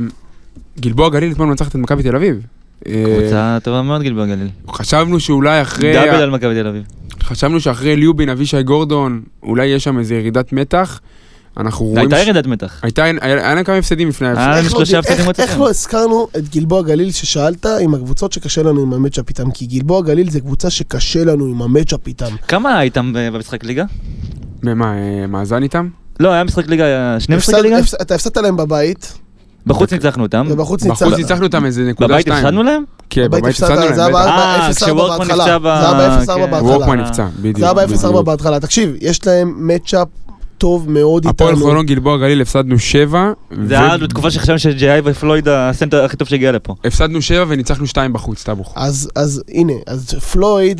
גלבוע גליל אתמול מנצחת את מכבי תל אביב. קבוצה טובה מאוד גלבוע גליל. חשבנו שאולי אחרי... דאבל על מכבי תל אביב. חשבנו שאחרי ליובין, אבישי גורדון, אולי יש שם איזה ירידת מתח. אנחנו רואים... הייתה ירידת מתח. היה להם כמה הפסדים לפני ההפסדים. איך לא הזכרנו את גלבוע גליל ששאלת עם הקבוצות שקשה לנו עם המצ'אפ איתם? כי גלבוע גליל זה קבוצה שקשה לנו עם המצ'אפ איתם. כמה הייתם במשחק ליגה? במה, מאזן איתם? לא, היה משחק ליגה, שני משחקי ליגה? אתה הפסדת להם בבית. בחוץ ניצחנו אותם. ובחוץ ניצחנו אותם איזה נקודה בבית שתיים. הפסדנו להם? כן, בבית הפסדנו להם. זה היה ב-אפס ארבע בהתחלה. זה היה ב-אפס ארבע בהתחלה. וורקמן נפצע, בדיוק. זה היה ב-אפס ארבע בהתחלה. תקשיב, יש להם מצ'אפ טוב מאוד איתנו. הפועל חולון גלבוע גליל הפסדנו שבע. זה היה בתקופה שחשבנו שג'יי ופלויד הסנטר הכי טוב שהגיע לפה. הפסדנו שבע וניצחנו שתיים בחוץ, טבוך. אז הנה, אז פלויד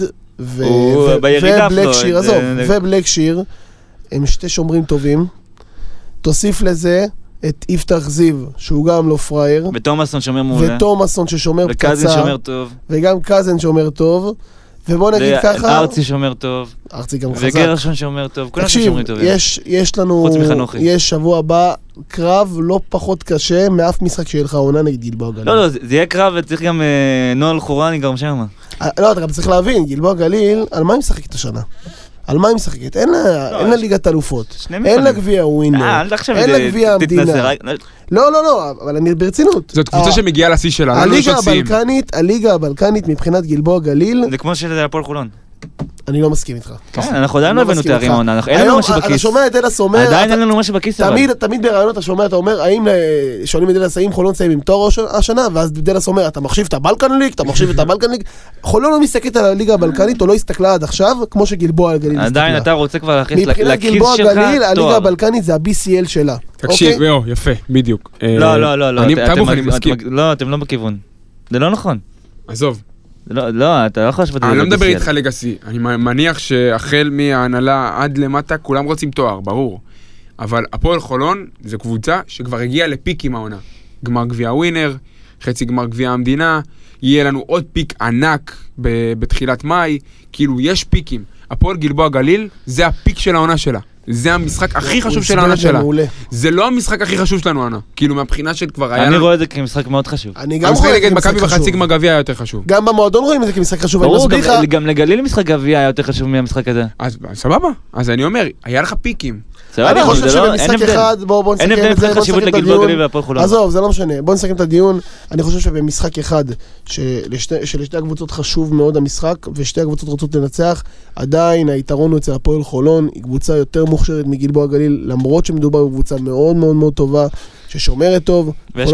ובלקשיר, עזוב, ובלקשיר, הם שתי שומרים טובים. תוסיף לזה את יפתח זיו, שהוא גם לא פרייר. ותומאסון שומר מעולה. ותומאסון ששומר קצר. וקזן שומר טוב. וגם קזן שומר טוב. ובוא נגיד ככה... וארצי שומר טוב. ארצי גם חזק. וגרשון שומר טוב. כולם שומרים טובים. תקשיב, יש לנו... חוץ מחנוכי. יש שבוע הבא קרב לא פחות קשה מאף משחק שיהיה לך עונה נגד גלבוע גליל. לא, לא, זה יהיה קרב וצריך גם נועל חורני גם שם. לא, אתה גם צריך להבין, גלבוע גליל, על מה היא משחקת השנה? על מה היא משחקת? אין לה ליגת אלופות. אין לה גביע ווינר. אין לה גביע המדינה. לא, לא, לא, אבל אני ברצינות. זאת קבוצה שמגיעה לשיא שלה. הליגה הבלקנית, הליגה הבלקנית מבחינת גלבוע גליל. זה כמו שזה הפועל חולון. אני לא מסכים איתך. אנחנו עדיין לא הבאנו תארים העונה, אין לנו משהו בכיס. אתה שומע את אלס אומר... עדיין אין לנו משהו בכיס. תמיד ברעיונות אתה שומע, אתה אומר, האם שואלים את אלס, האם חולון סיים עם תואר השנה, ואז אלס אומר, אתה מחשיב את הבלקן ליג, אתה מחשיב את הבלקן ליג. חולון לא מסתכלת על הליגה הבלקנית, או לא הסתכלה עד עכשיו, כמו שגלבוע גליל הסתכלה. עדיין אתה רוצה כבר להכניס לכיס שלך מבחינת גלבוע גליל, הליגה הבלקנית זה ה-בי סי אל שלה. תקשיב, יפה, בדיוק. לא, לא, לא, לא, אתם לא בכיוון. זה לא נכון. עזוב. לא, לא, אתה לא יכול לשפט את זה. אני לא מדבר איתך לגסי, אני מניח שהחל מההנהלה עד למטה כולם רוצים תואר, ברור. אבל הפועל חולון זו קבוצה שכבר הגיעה לפיקים העונה. גמר גביע ווינר, חצי גמר גביע המדינה, יהיה לנו עוד פיק ענק בתחילת מאי, כאילו יש פיקים. הפועל גלבוע גליל זה הפיק של העונה שלה. זה המשחק הכי חשוב של העונה שלה. זה לא המשחק הכי חשוב שלנו העונה. כאילו מהבחינה של כבר היה... אני רואה את זה כמשחק מאוד חשוב. אני גם רואה את זה כמשחק חשוב. מכבי בחצי גמר גביע היה יותר חשוב. גם במועדון רואים את זה כמשחק חשוב. ברור, גם לגליל משחק גביע היה יותר חשוב מהמשחק הזה. אז סבבה. אז אני אומר, היה לך פיקים. אני חושב שבמשחק אחד, בואו נסכם את זה, בואו נסכם את הדיון. עזוב, זה לא משנה. בואו נסכם את הדיון. אני חושב שבמשחק אחד, שלשתי הקבוצות חשוב מאוד המשחק, ושתי הקבוצות רוצות לנצח, עדיין היתרון הוא אצל הפועל חולון, היא קבוצה יותר מוכשרת מגלבוע גליל, למרות שמדובר בקבוצה מאוד מאוד מאוד טובה, ששומרת טוב.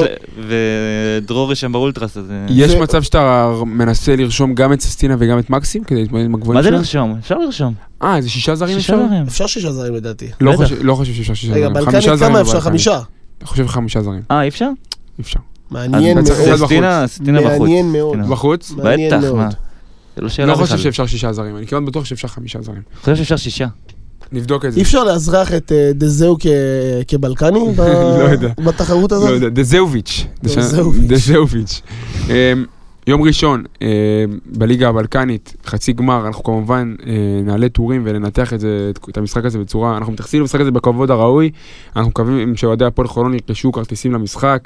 ודרורי שם באולטרס. יש מצב שאתה מנסה לרשום גם את ססטינה וגם את מקסים, כדי להתמודד עם הגבוהים שלה? מה זה לרשום? אפשר לרשום. אה, זה שישה זרים אפשר? אפשר שישה זרים לדעתי. לא חושב שאפשר שישה זרים. רגע, בלקנית כמה אפשר? חמישה? אני חושב חמישה זרים. אה, אפשר? אפשר. מעניין מאוד. סטינה, סטינה בחוץ. מעניין מאוד. בחוץ? בטח, מה? לא חושב שאפשר שישה זרים, אני כמעט בטוח שאפשר חמישה זרים. אני חושב שאפשר שישה. נבדוק את זה. אי אפשר להזרח את דזהו כבלקני בתחרות הזאת? לא יודע, דזאוביץ'. דזאוביץ'. יום ראשון, בליגה הבלקנית, חצי גמר, אנחנו כמובן נעלה טורים וננתח את המשחק הזה בצורה, אנחנו מתייחסים למשחק הזה בכבוד הראוי, אנחנו מקווים שאוהדי הפועל חולון ירכשו כרטיסים למשחק,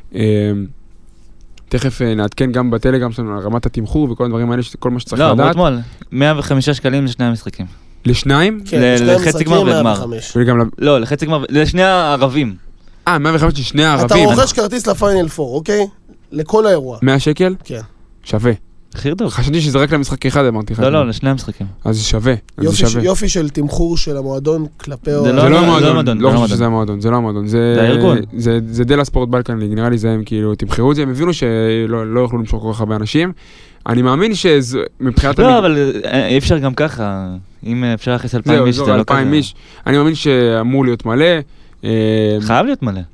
תכף נעדכן גם בטלגרם שלנו על רמת התמחור וכל הדברים האלה, כל מה שצריך לדעת. לא, אתמול, מאה וחמישה שקלים לשני המשחקים. לשניים? כן, לחצי גמר וגמר. לא, לחצי גמר, לשני הערבים. אה, מאה וחמישה לשני הערבים. אתה רוכש כרטיס לפיינל פור, אוקיי? לכל האירוע. מאה שקל? כן. שווה. מחיר טוב. חשבתי שזה רק למשחק אחד, אמרתי לך. לא, לא, לשני המשחקים. אז זה שווה. יופי של תמחור של המועדון כלפי... זה לא המועדון, לא חושב שזה המועדון, זה לא המועדון. זה הארגון. זה דלה ספורט בלקן ליג, נראה לי זה הם כאילו תמחרו את זה, הם הבינו שלא יוכלו למשוך כל כך הרבה אנשים. אני מאמין שמבחינת... לא, אבל אי אפשר גם ככה, אם אפשר להכניס אלפיים איש, זה לא כזה. אני מאמין שאמור להיות מלא. חייב להיות מלא.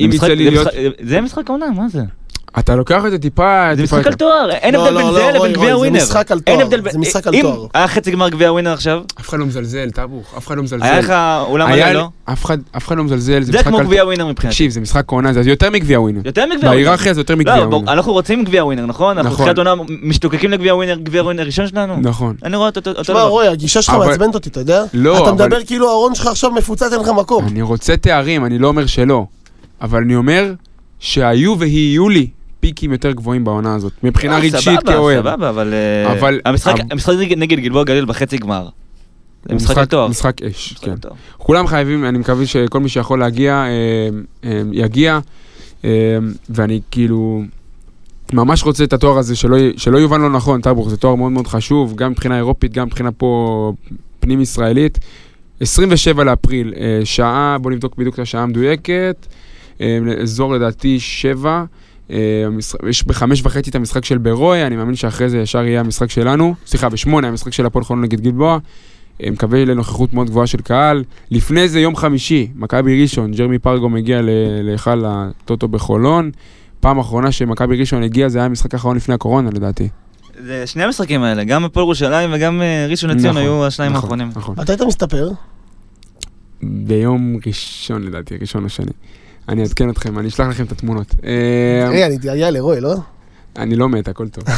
זה משחק העונה, מה זה? אתה לוקח את זה טיפה... זה משחק על תואר, אין הבדל בין זה לבין גביע ווינר. זה משחק על תואר, זה משחק על תואר. אם היה חצי גמר גביע ווינר עכשיו... אף אחד לא מזלזל, טבוך, אף אחד לא מזלזל. היה לך אולם מלא, לא? אף אחד לא מזלזל, זה כמו גביע ווינר מבחינתי. תקשיב, זה משחק עונה, זה יותר מגביע ווינר. יותר מגביע ווינר. בהיררכיה זה יותר מגביע ווינר. אנחנו רוצים גביע ווינר, נכון? אנחנו תחילת עונה משתוקקים לגביע ווינר, גביע ווינר ראשון שלנו. נכון. אני רואה אותו. תשמע, רוי, הגישה שלך מעצבנת אותי, אתה יודע? אתה מדבר כאילו הארון שלך עכשיו מפוצץ, אין לך מקום. אני רוצה תארים, אני לא אומר שלא. אבל אני אומר שהיו ויהיו לי פיקים יותר גבוהים בעונה הזאת, מבחינה רגשית כאוהב. סבבה, אבל המשחק נגד גלבוע גליל בחצי גמר. זה משחק לתואר. משחק אש, כן. כולם חייבים, אני מקווה שכל מי שיכול להגיע, יגיע, ואני כאילו ממש רוצה את התואר הזה, שלא יובן לא נכון, טבוך, זה תואר מאוד מאוד חשוב, גם מבחינה אירופית, גם מבחינה פה פנים ישראלית. עשרים ושבעה לאפריל, שעה, בוא נבדוק בדיוק את השעה המדויקת, אזור לדעתי שבע, יש בחמש וחצי את המשחק של ברוי, אני מאמין שאחרי זה ישר יהיה המשחק שלנו, סליחה, בשמונה, המשחק של הפועל חולון נגד גלבוע, מקווה לנוכחות מאוד גבוהה של קהל. לפני זה יום חמישי, מכבי ראשון, ג'רמי פרגו מגיע להיכל הטוטו בחולון, פעם האחרונה שמכבי ראשון הגיע, זה היה המשחק האחרון לפני הקורונה לדעתי. זה שני המשחקים האלה, גם הפועל ירושלים וגם ראשון לציון היו השניים האחרונים. מתי אתה מסתפר? ביום ראשון לדעתי, ראשון השני. אני אעדכן אתכם, אני אשלח לכם את התמונות. רגע, אני אתגעגע לרוי, לא? אני לא מת, הכל טוב.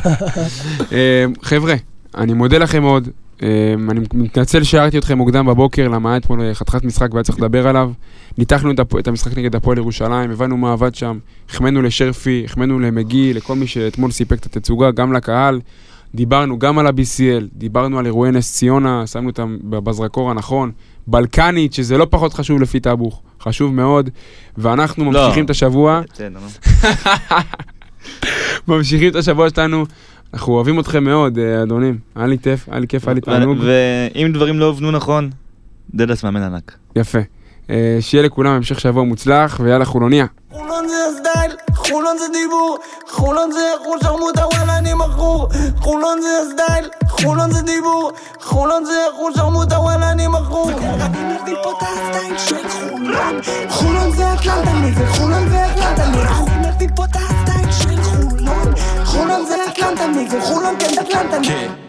חבר'ה, אני מודה לכם מאוד. אני מתנצל שהערתי אתכם מוקדם בבוקר, למה היה אתמול חתיכת משחק והיה צריך לדבר עליו. ניתחנו את המשחק נגד הפועל ירושלים, הבנו מה עבד שם, החמאנו לשרפי, החמאנו למגי, לכל מי שאתמול סיפק את התצוגה, גם לקהל. דיברנו גם על ה-בי סי אל, דיברנו על אירועי נס ציונה, שמנו אותם בזרקור הנכון, בלקנית, שזה לא פחות חשוב לפי טבוך, חשוב מאוד, ואנחנו ממשיכים את השבוע. ממשיכים את השבוע שלנו, אנחנו אוהבים אתכם מאוד, אדונים. היה לי כיף, היה לי כיף, היה לי תענוג. ואם דברים לא הובנו נכון, דדס מאמן ענק. יפה. שיהיה לכולם המשך שבוע מוצלח, ויאללה חולוניה. חולון זה הסטייל, חולון זה דיבור, חולון זה חול שרמוטה וואלה אני מכור, חולון זה הסטייל, חולון זה דיבור, חולון זה חול שרמוטה וואלה אני מכור. אני מביא פה את הסטייל של חולון, חולון זה אטלנטה זה חולון זה אטלנטה אני מביא פה את הסטייל של חולון, חולון זה אטלנטה זה חולון כן אטלנטה